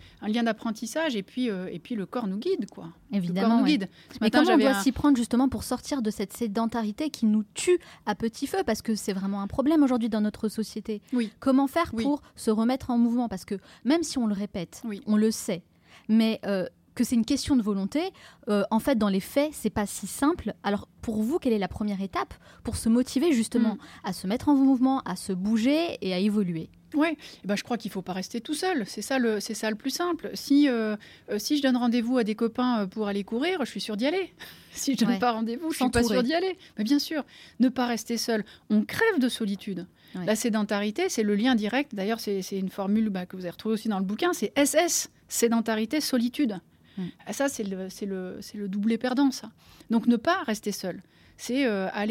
et puis le corps nous guide, quoi. Évidemment. Le corps nous guide. Mais comment on doit s'y prendre justement pour sortir de cette sédentarité qui nous tue à petit feu, parce que c'est vraiment un problème aujourd'hui dans notre société. Oui. Comment faire pour se remettre en mouvement ? Parce que même si on le répète, on le sait, mais que c'est une question de volonté, en fait, dans les faits, c'est pas si simple. Alors, pour vous, quelle est la première étape pour se motiver justement à se mettre en mouvement, à se bouger et à évoluer ? Oui, je crois qu'il ne faut pas rester tout seul. C'est ça le plus simple. Si je donne rendez-vous à des copains pour aller courir, je suis sûre d'y aller. Si je ne donne pas rendez-vous, je ne suis pas sûre d'y aller. Mais bien sûr, ne pas rester seul. On crève de solitude. Ouais. La sédentarité, c'est le lien direct. D'ailleurs, c'est une formule que vous avez retrouvée aussi dans le bouquin. C'est SS, sédentarité, solitude. Ça, c'est le doublé perdant, ça. Donc, ne pas rester seul. C'est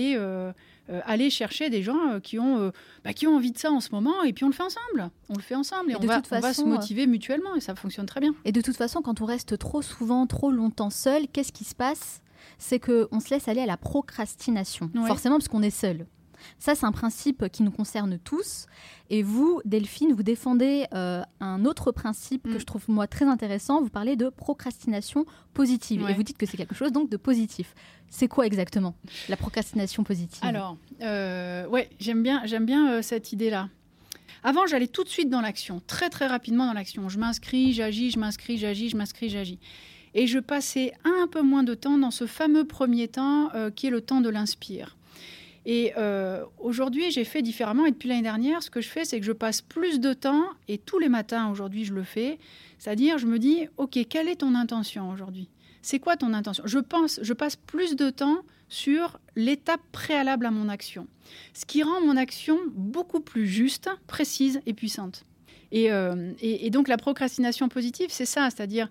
aller chercher des gens qui ont envie de ça en ce moment, et puis on le fait ensemble. On le fait ensemble, et on va se motiver mutuellement, et ça fonctionne très bien. Et de toute façon, quand on reste trop souvent, trop longtemps seul, qu'est-ce qui se passe ? C'est qu'on se laisse aller à la procrastination, forcément parce qu'on est seul. Ça, c'est un principe qui nous concerne tous. Et vous, Delphine, vous défendez un autre principe que je trouve, moi, très intéressant. Vous parlez de procrastination positive. Et vous dites que c'est quelque chose, donc, de positif. C'est quoi exactement, la procrastination positive ? Alors, j'aime bien cette idée-là. Avant, j'allais tout de suite dans l'action, très, très rapidement dans l'action. Je m'inscris, j'agis, je m'inscris, j'agis, je m'inscris, j'agis. Et je passais un peu moins de temps dans ce fameux premier temps qui est le temps de l'inspire. Et aujourd'hui, j'ai fait différemment. Et depuis l'année dernière, ce que je fais, c'est que je passe plus de temps, et tous les matins, aujourd'hui, je le fais. C'est-à-dire, je me dis, OK, quelle est ton intention aujourd'hui ? C'est quoi ton intention ? Je passe plus de temps sur l'étape préalable à mon action. Ce qui rend mon action beaucoup plus juste, précise et puissante. Et donc, la procrastination positive, c'est ça. C'est-à-dire,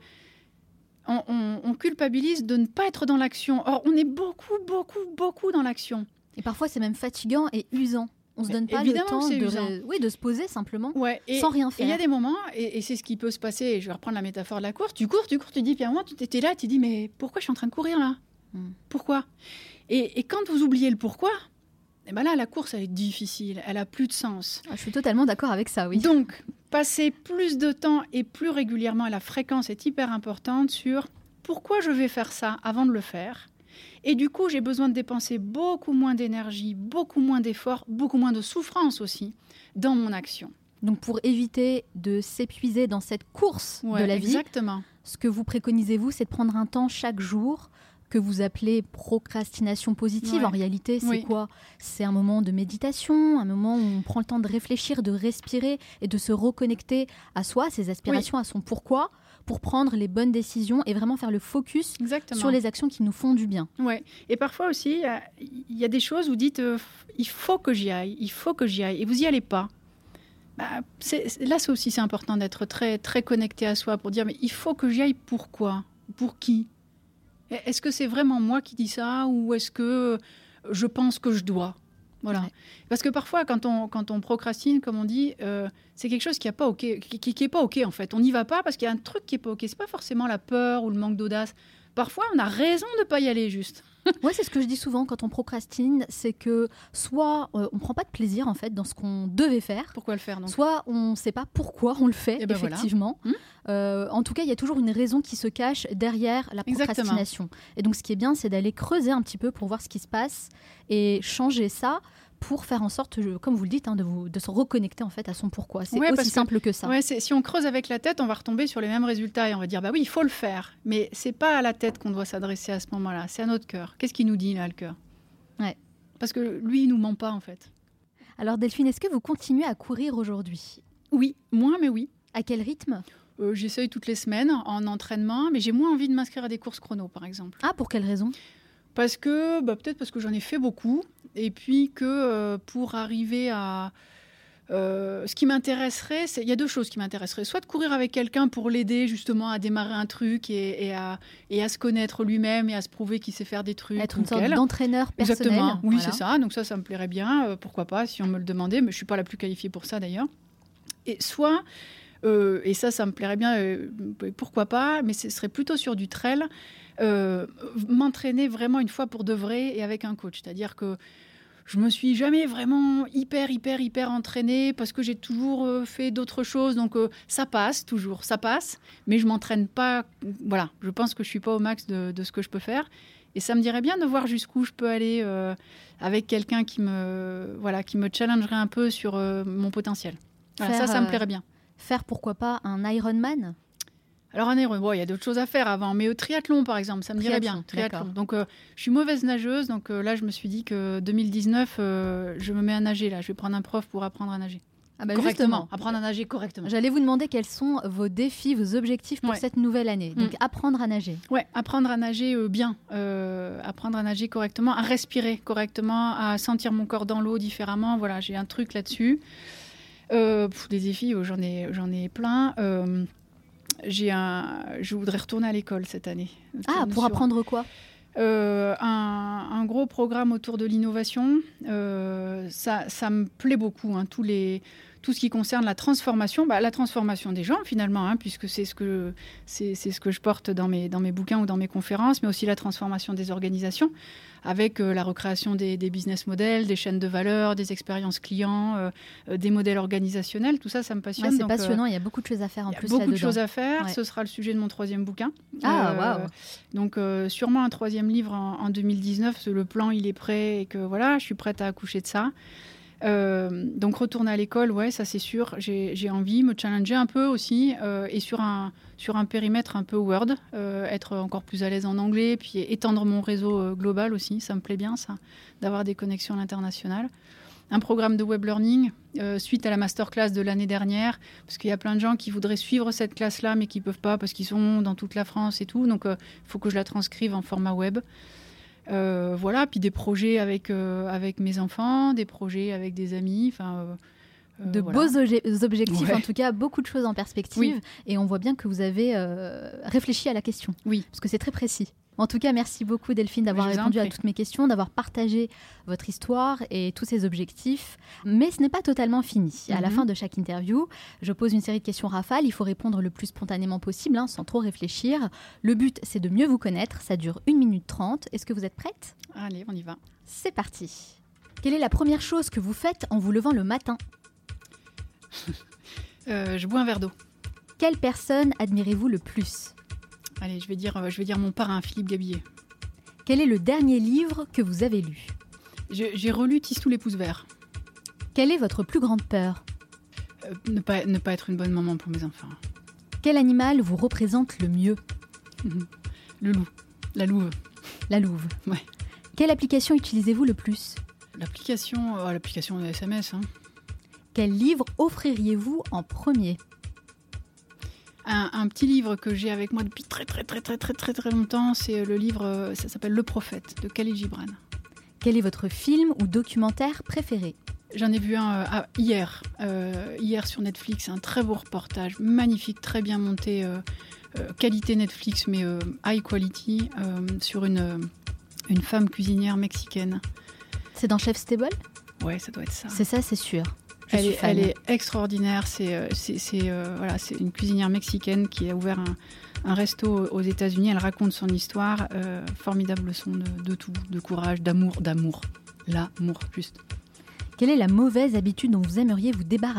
on culpabilise de ne pas être dans l'action. Or, on est beaucoup, beaucoup, beaucoup dans l'action. Et parfois, c'est même fatigant et usant. On ne se donne pas le temps de se poser simplement, sans rien faire. Il y a des moments, et c'est ce qui peut se passer, et je vais reprendre la métaphore de la course, tu cours, tu dis, puis à un moment, tu étais là, tu dis, mais pourquoi je suis en train de courir là ? Pourquoi ? Et quand vous oubliez le pourquoi, eh ben là, la course, elle est difficile, elle a plus de sens. Je suis totalement d'accord avec ça, oui. Donc, passer plus de temps et plus régulièrement, la fréquence est hyper importante sur pourquoi je vais faire ça avant de le faire. Et du coup, j'ai besoin de dépenser beaucoup moins d'énergie, beaucoup moins d'efforts, beaucoup moins de souffrance aussi dans mon action. Donc, pour éviter de s'épuiser dans cette course de la vie, ce que vous préconisez, vous, c'est de prendre un temps chaque jour que vous appelez procrastination positive. En réalité, c'est quoi ? C'est un moment de méditation, un moment où on prend le temps de réfléchir, de respirer et de se reconnecter à soi, à ses aspirations, à son pourquoi, pour prendre les bonnes décisions et vraiment faire le focus sur les actions qui nous font du bien. Ouais. Et parfois aussi, il y a des choses où vous dites il faut que j'y aille, et vous n'y allez pas. Là, c'est important d'être très, très connecté à soi pour dire mais il faut que j'y aille, pourquoi ? Pour qui ? Est-ce que c'est vraiment moi qui dis ça, ou est-ce que je pense que je dois ? Voilà. Ouais. Parce que parfois, quand on procrastine, comme on dit, c'est quelque chose qui n'est pas OK, qui est pas OK en fait. On n'y va pas parce qu'il y a un truc qui n'est pas OK. C'est pas forcément la peur ou le manque d'audace. Parfois, on a raison de ne pas y aller juste. Oui, c'est ce que je dis souvent quand on procrastine, c'est que soit on ne prend pas de plaisir en fait dans ce qu'on devait faire. Pourquoi le faire donc ? Soit on ne sait pas pourquoi on le fait, effectivement. Voilà. En tout cas, il y a toujours une raison qui se cache derrière la procrastination. Exactement. Et donc, ce qui est bien, c'est d'aller creuser un petit peu pour voir ce qui se passe et changer ça pour faire en sorte, comme vous le dites, de se reconnecter en fait à son pourquoi. C'est aussi simple que ça. Si on creuse avec la tête, on va retomber sur les mêmes résultats et on va dire, bah oui, il faut le faire. Mais c'est pas à la tête qu'on doit s'adresser à ce moment-là, c'est à notre cœur. Qu'est-ce qu'il nous dit là, le cœur ? Parce que lui, il nous ment pas en fait. Alors Delphine, est-ce que vous continuez à courir aujourd'hui ? Oui, moins, mais oui. À quel rythme ? J'essaye toutes les semaines en entraînement, mais j'ai moins envie de m'inscrire à des courses chrono, par exemple. Ah, pour quelle raison ? Parce que, peut-être parce que j'en ai fait beaucoup, et puis que pour arriver à... ce qui m'intéresserait, il y a deux choses qui m'intéresseraient. Soit de courir avec quelqu'un pour l'aider justement à démarrer un truc et à se connaître lui-même et à se prouver qu'il sait faire des trucs. Être une sorte d'entraîneur personnel. Exactement, oui, voilà. C'est ça. Donc ça me plairait bien. Pourquoi pas, si on me le demandait, mais je ne suis pas la plus qualifiée pour ça d'ailleurs. Et soit... et ça me plairait bien, pourquoi pas, mais ce serait plutôt sur du trail, m'entraîner vraiment une fois pour de vrai et avec un coach. C'est-à-dire que je me suis jamais vraiment hyper entraînée parce que j'ai toujours fait d'autres choses. Donc ça passe, mais je m'entraîne pas. Voilà, je pense que je suis pas au max de ce que je peux faire. Et ça me dirait bien de voir jusqu'où je peux aller avec quelqu'un qui me challengerait un peu sur mon potentiel. Voilà, ça me plairait bien. Faire, pourquoi pas, un Ironman ? Alors, un Ironman, il y a d'autres choses à faire avant. Mais au triathlon, par exemple, ça me dirait bien. Triathlon. Donc, je suis mauvaise nageuse. Donc là, je me suis dit que 2019, je me mets à nager. Là. Je vais prendre un prof pour apprendre à nager. correctement, justement, apprendre à nager correctement. J'allais vous demander quels sont vos défis, vos objectifs pour cette nouvelle année. Donc, apprendre à nager. Oui, apprendre à nager bien, apprendre à nager correctement, à respirer correctement, à sentir mon corps dans l'eau différemment. Voilà, j'ai un truc là-dessus. Des défis, j'en ai plein. Je voudrais retourner à l'école cette année. Pour apprendre quoi ? Un gros programme autour de l'innovation. Ça me plaît beaucoup, tout ce qui concerne la transformation des gens finalement, puisque c'est ce que je porte dans mes bouquins ou dans mes conférences, mais aussi la transformation des organisations avec la recréation des business models, des chaînes de valeur, des expériences clients, des modèles organisationnels. Tout ça, ça me passionne. C'est passionnant, il y a beaucoup de choses à faire en plus là-dedans. Beaucoup de choses à faire, ce sera le sujet de mon 3e bouquin. Waouh. Donc sûrement un 3e livre en 2019, le plan il est prêt et que voilà, je suis prête à accoucher de ça. Donc retourner à l'école, ça c'est sûr, j'ai envie, me challenger un peu aussi, et sur un périmètre un peu Word, être encore plus à l'aise en anglais, puis étendre mon réseau global aussi, ça me plaît bien ça, d'avoir des connexions à l'international. Un programme de web learning, suite à la masterclass de l'année dernière, parce qu'il y a plein de gens qui voudraient suivre cette classe-là, mais qui ne peuvent pas parce qu'ils sont dans toute la France et tout, donc il faut que je la transcrive en format web. Puis des projets avec mes enfants, des projets avec des amis, beaux objectifs, en tout cas beaucoup de choses en perspective, et on voit bien que vous avez réfléchi à la question, parce que c'est très précis. En tout cas, merci beaucoup Delphine d'avoir répondu à toutes mes questions, d'avoir partagé votre histoire et tous ces objectifs. Mais ce n'est pas totalement fini. À la fin de chaque interview, je pose une série de questions rafales. Il faut répondre le plus spontanément possible, sans trop réfléchir. Le but, c'est de mieux vous connaître. Ça dure 1 minute 30. Est-ce que vous êtes prête ? Allez, on y va. C'est parti. Quelle est la première chose que vous faites en vous levant le matin ? Je bois un verre d'eau. Quelle personne admirez-vous le plus ? Allez, je vais dire mon parrain, Philippe Gabillet. Quel est le dernier livre que vous avez lu ? J'ai relu Tistou les pouces verts. Quelle est votre plus grande peur ? Ne pas être une bonne maman pour mes enfants. Quel animal vous représente le mieux ? Le loup. La louve. La louve. Ouais. Quelle application utilisez-vous le plus ? L'application de SMS. Quel livre offririez-vous en premier ? Un petit livre que j'ai avec moi depuis très longtemps, c'est le livre, ça s'appelle Le Prophète de Khalil Gibran. Quel est votre film ou documentaire préféré ? J'en ai vu un hier sur Netflix, un très beau reportage, magnifique, très bien monté, qualité Netflix mais high quality, sur une femme cuisinière mexicaine. C'est dans Chef's Table ? Ouais, ça doit être ça. C'est ça, c'est sûr. Elle est extraordinaire. C'est une cuisinière mexicaine qui a ouvert un resto aux États-Unis. Elle raconte son histoire. Formidable leçon de tout, de courage, d'amour. L'amour, juste. Quelle est la mauvaise habitude dont vous aimeriez vous débarrasser ?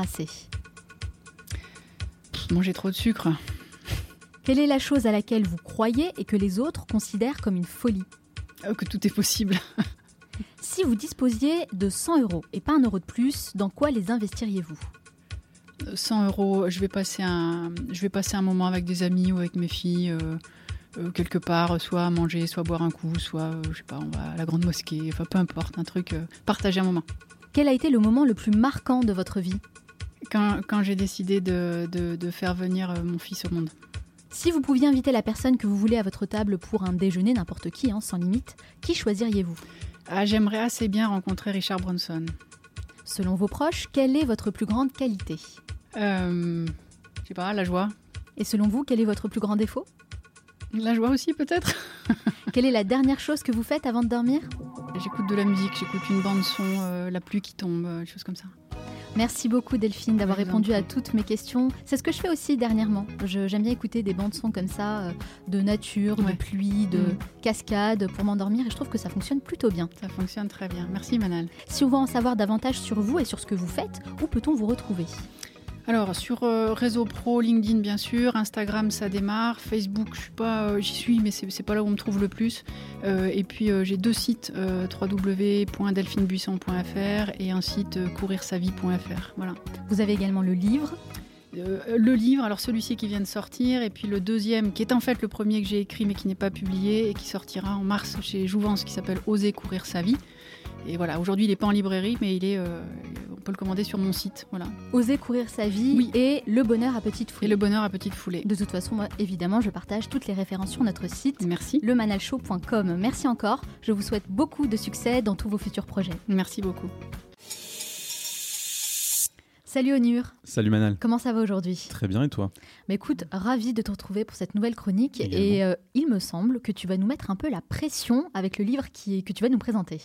Manger trop de sucre. Quelle est la chose à laquelle vous croyez et que les autres considèrent comme une folie ? Que tout est possible. Si vous disposiez de 100 € et pas 1 euro de plus, dans quoi les investiriez-vous ? 100 €, je vais passer un moment avec des amis ou avec mes filles, quelque part, soit manger, soit boire un coup, soit, je sais pas, on va à la grande mosquée, peu importe, un truc, partager un moment. Quel a été le moment le plus marquant de votre vie ? Quand j'ai décidé de faire venir mon fils au monde. Si vous pouviez inviter la personne que vous voulez à votre table pour un déjeuner, n'importe qui, sans limite, qui choisiriez-vous ? J'aimerais assez bien rencontrer Richard Branson. Selon vos proches, quelle est votre plus grande qualité ? Je sais pas, la joie. Et selon vous, quel est votre plus grand défaut ? La joie aussi, peut-être. Quelle est la dernière chose que vous faites avant de dormir ? J'écoute de la musique, j'écoute une bande-son, la pluie qui tombe, des choses comme ça. Merci beaucoup Delphine d'avoir répondu à toutes mes questions. C'est ce que je fais aussi dernièrement. J'aime bien écouter des bandes-sons comme ça, de nature, de pluie, de cascade pour m'endormir et je trouve que ça fonctionne plutôt bien. Ça fonctionne très bien. Merci Manal. Si on veut en savoir davantage sur vous et sur ce que vous faites, où peut-on vous retrouver ? Alors sur réseau pro, LinkedIn bien sûr, Instagram ça démarre, Facebook j'y suis mais c'est pas là où on me trouve le plus. Et puis j'ai 2 sites, www.delphinebuisson.fr et un site courirsavie.fr. Voilà. Vous avez également le livre. Le livre, alors celui-ci qui vient de sortir, et puis le deuxième, qui est en fait le premier que j'ai écrit mais qui n'est pas publié et qui sortira en mars chez Jouvence, qui s'appelle Oser courir sa vie. Et voilà, aujourd'hui il n'est pas en librairie, mais peut le commander sur mon site. Voilà. Oser courir sa vie Oui. et le bonheur à petite foulée. Et le bonheur à petite foulée. De toute façon, moi, évidemment, je partage toutes les références sur notre site, Merci. lemanalshow.com. Merci encore. Je vous souhaite beaucoup de succès dans tous vos futurs projets. Merci beaucoup. Salut Onur. Salut Manal. Comment ça va aujourd'hui ? Très bien, et toi ? Bah écoute, ravie de te retrouver pour cette nouvelle chronique. Également. Et il me semble que tu vas nous mettre un peu la pression avec le livre que tu vas nous présenter.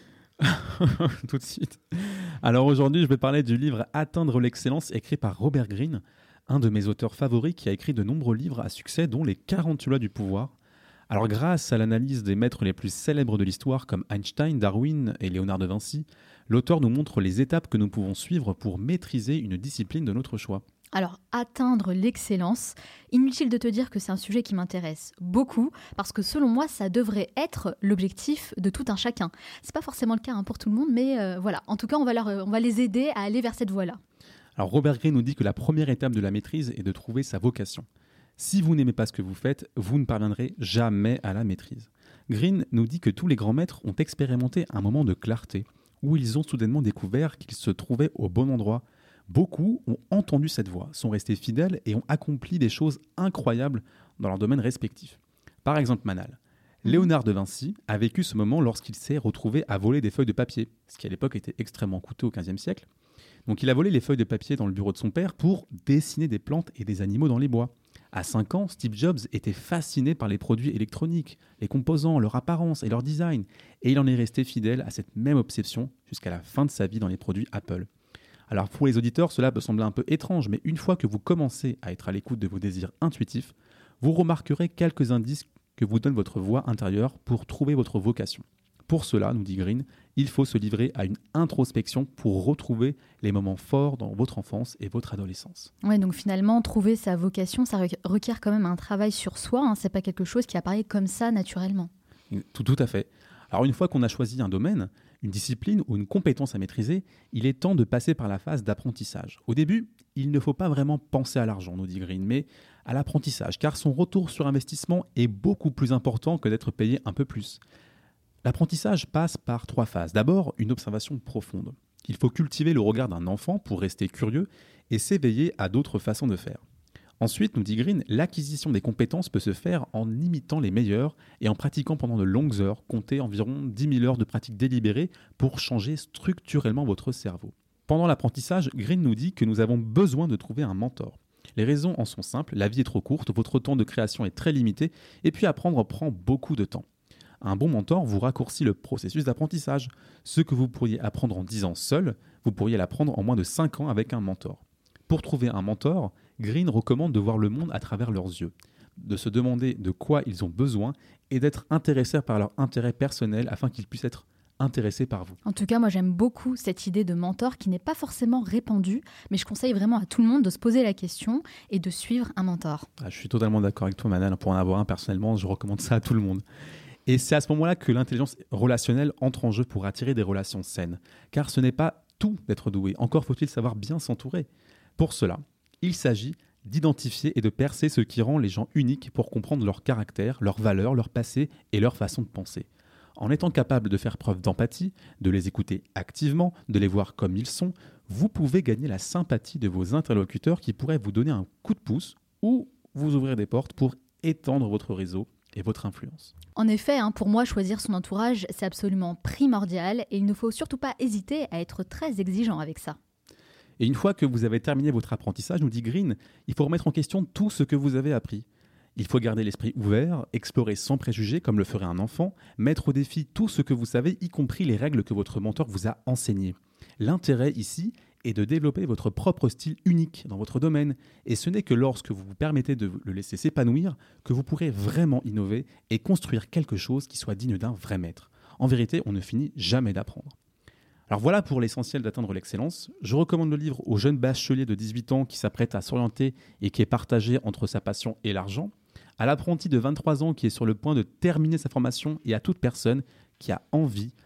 Tout de suite. Alors aujourd'hui, je vais parler du livre Atteindre l'excellence, écrit par Robert Greene, un de mes auteurs favoris qui a écrit de nombreux livres à succès, dont les 40 lois du pouvoir. Alors grâce à l'analyse des maîtres les plus célèbres de l'histoire comme Einstein, Darwin et Léonard de Vinci, l'auteur nous montre les étapes que nous pouvons suivre pour maîtriser une discipline de notre choix. Alors, atteindre l'excellence, inutile de te dire que c'est un sujet qui m'intéresse beaucoup, parce que selon moi, ça devrait être l'objectif de tout un chacun. C'est pas forcément le cas pour tout le monde, mais voilà. En tout cas, on va les aider à aller vers cette voie-là. Alors Robert Greene nous dit que la première étape de la maîtrise est de trouver sa vocation. Si vous n'aimez pas ce que vous faites, vous ne parviendrez jamais à la maîtrise. Greene nous dit que tous les grands maîtres ont expérimenté un moment de clarté, où ils ont soudainement découvert qu'ils se trouvaient au bon endroit. Beaucoup ont entendu cette voix, sont restés fidèles et ont accompli des choses incroyables dans leur domaine respectif. Par exemple, Manal. Léonard de Vinci a vécu ce moment lorsqu'il s'est retrouvé à voler des feuilles de papier, ce qui à l'époque était extrêmement coûteux au XVe siècle. Donc il a volé les feuilles de papier dans le bureau de son père pour dessiner des plantes et des animaux dans les bois. À 5 ans, Steve Jobs était fasciné par les produits électroniques, les composants, leur apparence et leur design, et il en est resté fidèle à cette même obsession jusqu'à la fin de sa vie dans les produits Apple. Alors pour les auditeurs, cela peut sembler un peu étrange, mais une fois que vous commencez à être à l'écoute de vos désirs intuitifs, vous remarquerez quelques indices que vous donne votre voix intérieure pour trouver votre vocation. Pour cela, nous dit Greene, il faut se livrer à une introspection pour retrouver les moments forts dans votre enfance et votre adolescence. Ouais, donc finalement, trouver sa vocation, ça requiert quand même un travail sur soi. C'est pas quelque chose qui apparaît comme ça naturellement. Tout à fait. Alors une fois qu'on a choisi un domaine, une discipline ou une compétence à maîtriser, il est temps de passer par la phase d'apprentissage. Au début, il ne faut pas vraiment penser à l'argent, nous dit Greene, mais à l'apprentissage, car son retour sur investissement est beaucoup plus important que d'être payé un peu plus. L'apprentissage passe par 3 phases. D'abord, une observation profonde. Il faut cultiver le regard d'un enfant pour rester curieux et s'éveiller à d'autres façons de faire. Ensuite, nous dit Greene, l'acquisition des compétences peut se faire en imitant les meilleurs et en pratiquant pendant de longues heures, comptez environ 10 000 heures de pratique délibérée pour changer structurellement votre cerveau. Pendant l'apprentissage, Greene nous dit que nous avons besoin de trouver un mentor. Les raisons en sont simples, la vie est trop courte, votre temps de création est très limité et puis apprendre prend beaucoup de temps. Un bon mentor vous raccourcit le processus d'apprentissage. Ce que vous pourriez apprendre en 10 ans seul, vous pourriez l'apprendre en moins de 5 ans avec un mentor. Pour trouver un mentor, Greene recommande de voir le monde à travers leurs yeux, de se demander de quoi ils ont besoin et d'être intéressés par leur intérêt personnel afin qu'ils puissent être intéressés par vous. En tout cas, moi j'aime beaucoup cette idée de mentor qui n'est pas forcément répandue, mais je conseille vraiment à tout le monde de se poser la question et de suivre un mentor. Je suis totalement d'accord avec toi, Manal. Pour en avoir un personnellement, je recommande ça à tout le monde. Et c'est à ce moment-là que l'intelligence relationnelle entre en jeu pour attirer des relations saines. Car ce n'est pas tout d'être doué, encore faut-il savoir bien s'entourer. Pour cela, il s'agit d'identifier et de percer ce qui rend les gens uniques pour comprendre leur caractère, leurs valeurs, leur passé et leur façon de penser. En étant capable de faire preuve d'empathie, de les écouter activement, de les voir comme ils sont, vous pouvez gagner la sympathie de vos interlocuteurs qui pourraient vous donner un coup de pouce ou vous ouvrir des portes pour étendre votre réseau et votre influence. En effet, pour moi, choisir son entourage, c'est absolument primordial et il ne faut surtout pas hésiter à être très exigeant avec ça. Et une fois que vous avez terminé votre apprentissage, nous dit Greene, il faut remettre en question tout ce que vous avez appris. Il faut garder l'esprit ouvert, explorer sans préjugés comme le ferait un enfant, mettre au défi tout ce que vous savez, y compris les règles que votre mentor vous a enseignées. L'intérêt ici est de développer votre propre style unique dans votre domaine. Et ce n'est que lorsque vous vous permettez de le laisser s'épanouir que vous pourrez vraiment innover et construire quelque chose qui soit digne d'un vrai maître. En vérité, on ne finit jamais d'apprendre. Alors voilà pour l'essentiel d'atteindre l'excellence. Je recommande le livre au jeune bachelier de 18 ans qui s'apprête à s'orienter et qui est partagé entre sa passion et l'argent, à l'apprenti de 23 ans qui est sur le point de terminer sa formation et à toute personne qui a envie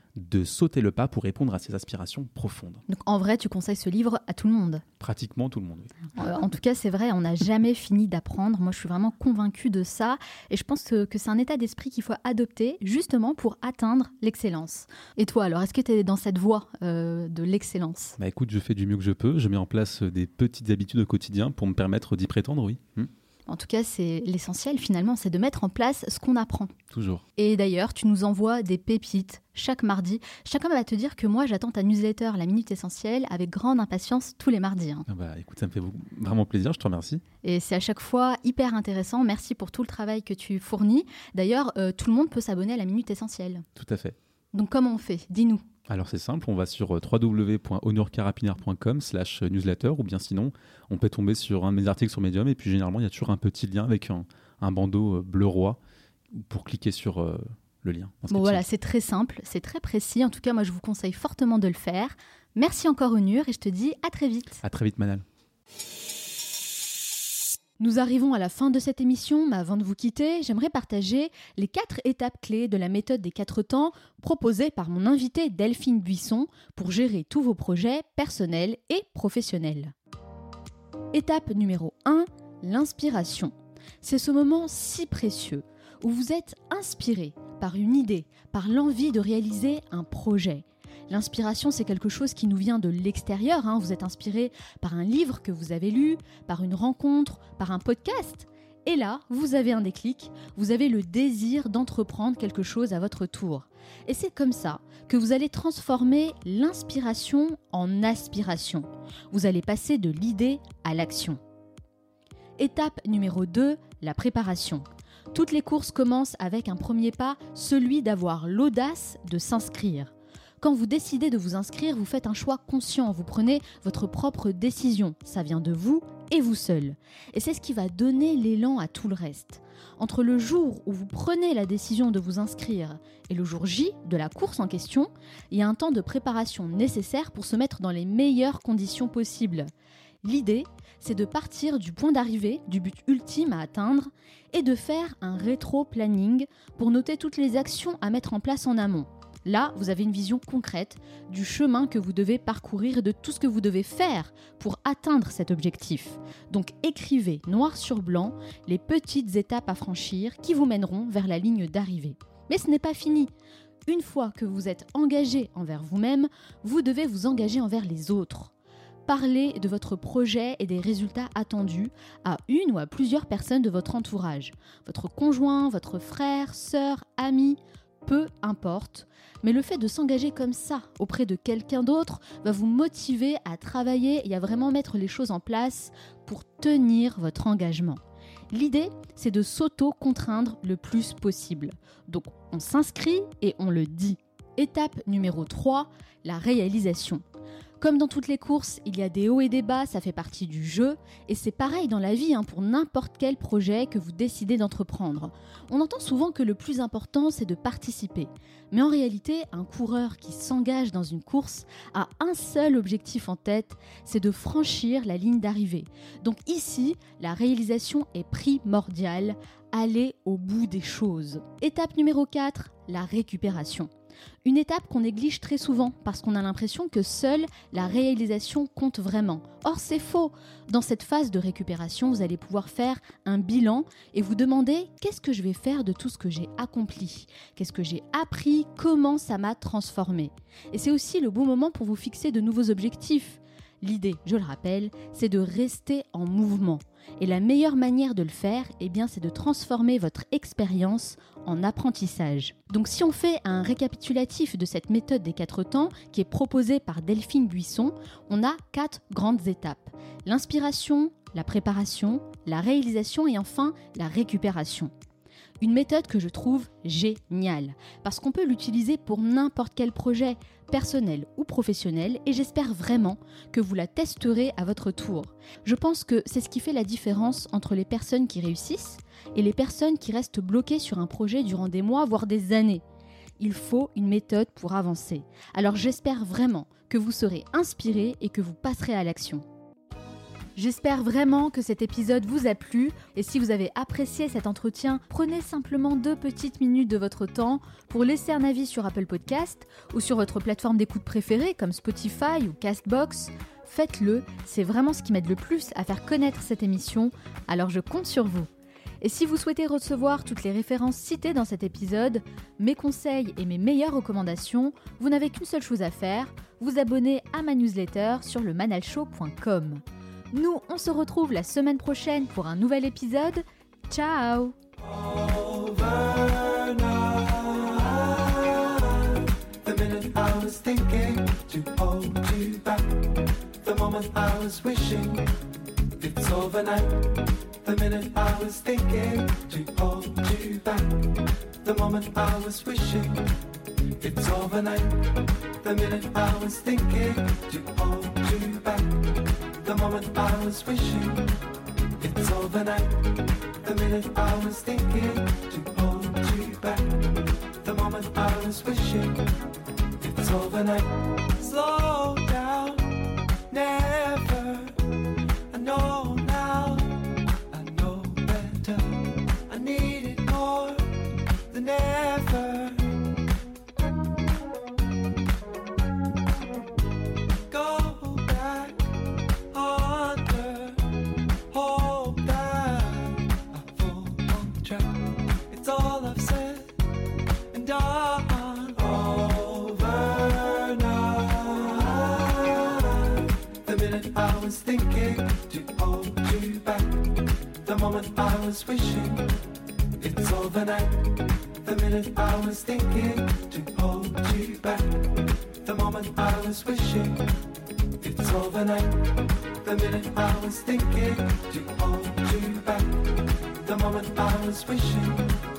de sauter le pas pour répondre à ses aspirations profondes. Donc en vrai, tu conseilles ce livre à tout le monde? Pratiquement tout le monde, oui. En tout cas, c'est vrai, on n'a jamais fini d'apprendre. Moi, je suis vraiment convaincue de ça. Et je pense que c'est un état d'esprit qu'il faut adopter justement pour atteindre l'excellence. Et toi, alors, est-ce que tu es dans cette voie de l'excellence? Écoute, je fais du mieux que je peux. Je mets en place des petites habitudes au quotidien pour me permettre d'y prétendre, oui. En tout cas, c'est l'essentiel finalement, c'est de mettre en place ce qu'on apprend. Toujours. Et d'ailleurs, tu nous envoies des pépites chaque mardi. Chacun va te dire que moi, j'attends ta newsletter, la Minute Essentielle, avec grande impatience tous les mardis. Écoute, ça me fait vraiment plaisir, je te remercie. Et c'est à chaque fois hyper intéressant. Merci pour tout le travail que tu fournis. D'ailleurs, tout le monde peut s'abonner à la Minute Essentielle. Tout à fait. Donc comment on fait? Dis-nous. Alors c'est simple, on va sur www.honorcarapinard.com/newsletter ou bien sinon on peut tomber sur un de mes articles sur Medium et puis généralement il y a toujours un petit lien avec un bandeau bleu roi pour cliquer sur le lien. Bon voilà, c'est très simple, c'est très précis. En tout cas, moi je vous conseille fortement de le faire. Merci encore Onur et je te dis à très vite. À très vite Manal. Nous arrivons à la fin de cette émission, mais avant de vous quitter, j'aimerais partager les 4 étapes clés de la méthode des 4 temps proposée par mon invitée Delphine Buisson pour gérer tous vos projets personnels et professionnels. Étape numéro 1, l'inspiration. C'est ce moment si précieux où vous êtes inspiré par une idée, par l'envie de réaliser un projet. L'inspiration, c'est quelque chose qui nous vient de l'extérieur. Vous êtes inspiré par un livre que vous avez lu, par une rencontre, par un podcast. Et là, vous avez un déclic, vous avez le désir d'entreprendre quelque chose à votre tour. Et c'est comme ça que vous allez transformer l'inspiration en aspiration. Vous allez passer de l'idée à l'action. Étape numéro 2, la préparation. Toutes les courses commencent avec un premier pas, celui d'avoir l'audace de s'inscrire. Quand vous décidez de vous inscrire, vous faites un choix conscient, vous prenez votre propre décision. Ça vient de vous et vous seul. Et c'est ce qui va donner l'élan à tout le reste. Entre le jour où vous prenez la décision de vous inscrire et le jour J de la course en question, il y a un temps de préparation nécessaire pour se mettre dans les meilleures conditions possibles. L'idée, c'est de partir du point d'arrivée, du but ultime à atteindre, et de faire un rétro-planning pour noter toutes les actions à mettre en place en amont. Là, vous avez une vision concrète du chemin que vous devez parcourir et de tout ce que vous devez faire pour atteindre cet objectif. Donc écrivez noir sur blanc les petites étapes à franchir qui vous mèneront vers la ligne d'arrivée. Mais ce n'est pas fini. Une fois que vous êtes engagé envers vous-même, vous devez vous engager envers les autres. Parlez de votre projet et des résultats attendus à une ou à plusieurs personnes de votre entourage. Votre conjoint, votre frère, sœur, ami, peu importe. Mais le fait de s'engager comme ça auprès de quelqu'un d'autre va vous motiver à travailler et à vraiment mettre les choses en place pour tenir votre engagement. L'idée, c'est de s'auto-contraindre le plus possible. Donc, on s'inscrit et on le dit. Étape numéro 3, la réalisation. Comme dans toutes les courses, il y a des hauts et des bas, ça fait partie du jeu. Et c'est pareil dans la vie, pour n'importe quel projet que vous décidez d'entreprendre. On entend souvent que le plus important, c'est de participer. Mais en réalité, un coureur qui s'engage dans une course a un seul objectif en tête, c'est de franchir la ligne d'arrivée. Donc ici, la réalisation est primordiale. Allez au bout des choses. Étape numéro 4, la récupération. Une étape qu'on néglige très souvent parce qu'on a l'impression que seule la réalisation compte vraiment. Or, c'est faux. Dans cette phase de récupération, vous allez pouvoir faire un bilan et vous demander qu'est-ce que je vais faire de tout ce que j'ai accompli, qu'est-ce que j'ai appris, comment ça m'a transformé. Et c'est aussi le bon moment pour vous fixer de nouveaux objectifs. L'idée, je le rappelle, c'est de rester en mouvement. Et la meilleure manière de le faire, c'est de transformer votre expérience en apprentissage. Donc si on fait un récapitulatif de cette méthode des 4 temps qui est proposée par Delphine Buisson, on a 4 grandes étapes. L'inspiration, la préparation, la réalisation et enfin la récupération. Une méthode que je trouve géniale, parce qu'on peut l'utiliser pour n'importe quel projet, personnel ou professionnel, et j'espère vraiment que vous la testerez à votre tour. Je pense que c'est ce qui fait la différence entre les personnes qui réussissent et les personnes qui restent bloquées sur un projet durant des mois, voire des années. Il faut une méthode pour avancer. Alors j'espère vraiment que vous serez inspirés et que vous passerez à l'action. J'espère vraiment que cet épisode vous a plu et si vous avez apprécié cet entretien, prenez simplement 2 petites minutes de votre temps pour laisser un avis sur Apple Podcast ou sur votre plateforme d'écoute préférée comme Spotify ou Castbox. Faites-le, c'est vraiment ce qui m'aide le plus à faire connaître cette émission, alors je compte sur vous. Et si vous souhaitez recevoir toutes les références citées dans cet épisode, mes conseils et mes meilleures recommandations, vous n'avez qu'une seule chose à faire, vous abonner à ma newsletter sur lemanalshow.com. Nous, on se retrouve la semaine prochaine pour un nouvel épisode. Ciao! The minute I was thinking to hold you back. The moment I was wishing it's overnight. The minute I was thinking to hold you back. The moment I was wishing it's overnight. The minute I was thinking to hold you back. The moment I was wishing it's overnight. Slow down, never. I know now. I need it more than ever. Go back under, hope that I fall on track. It's all I've said and done. Over now. The minute I was thinking to hold you back. The moment I was wishing it's overnight. The minute I was thinking to hold you back. The moment I was wishing it's overnight. The minute I was thinking to hold you back. The moment I was wishing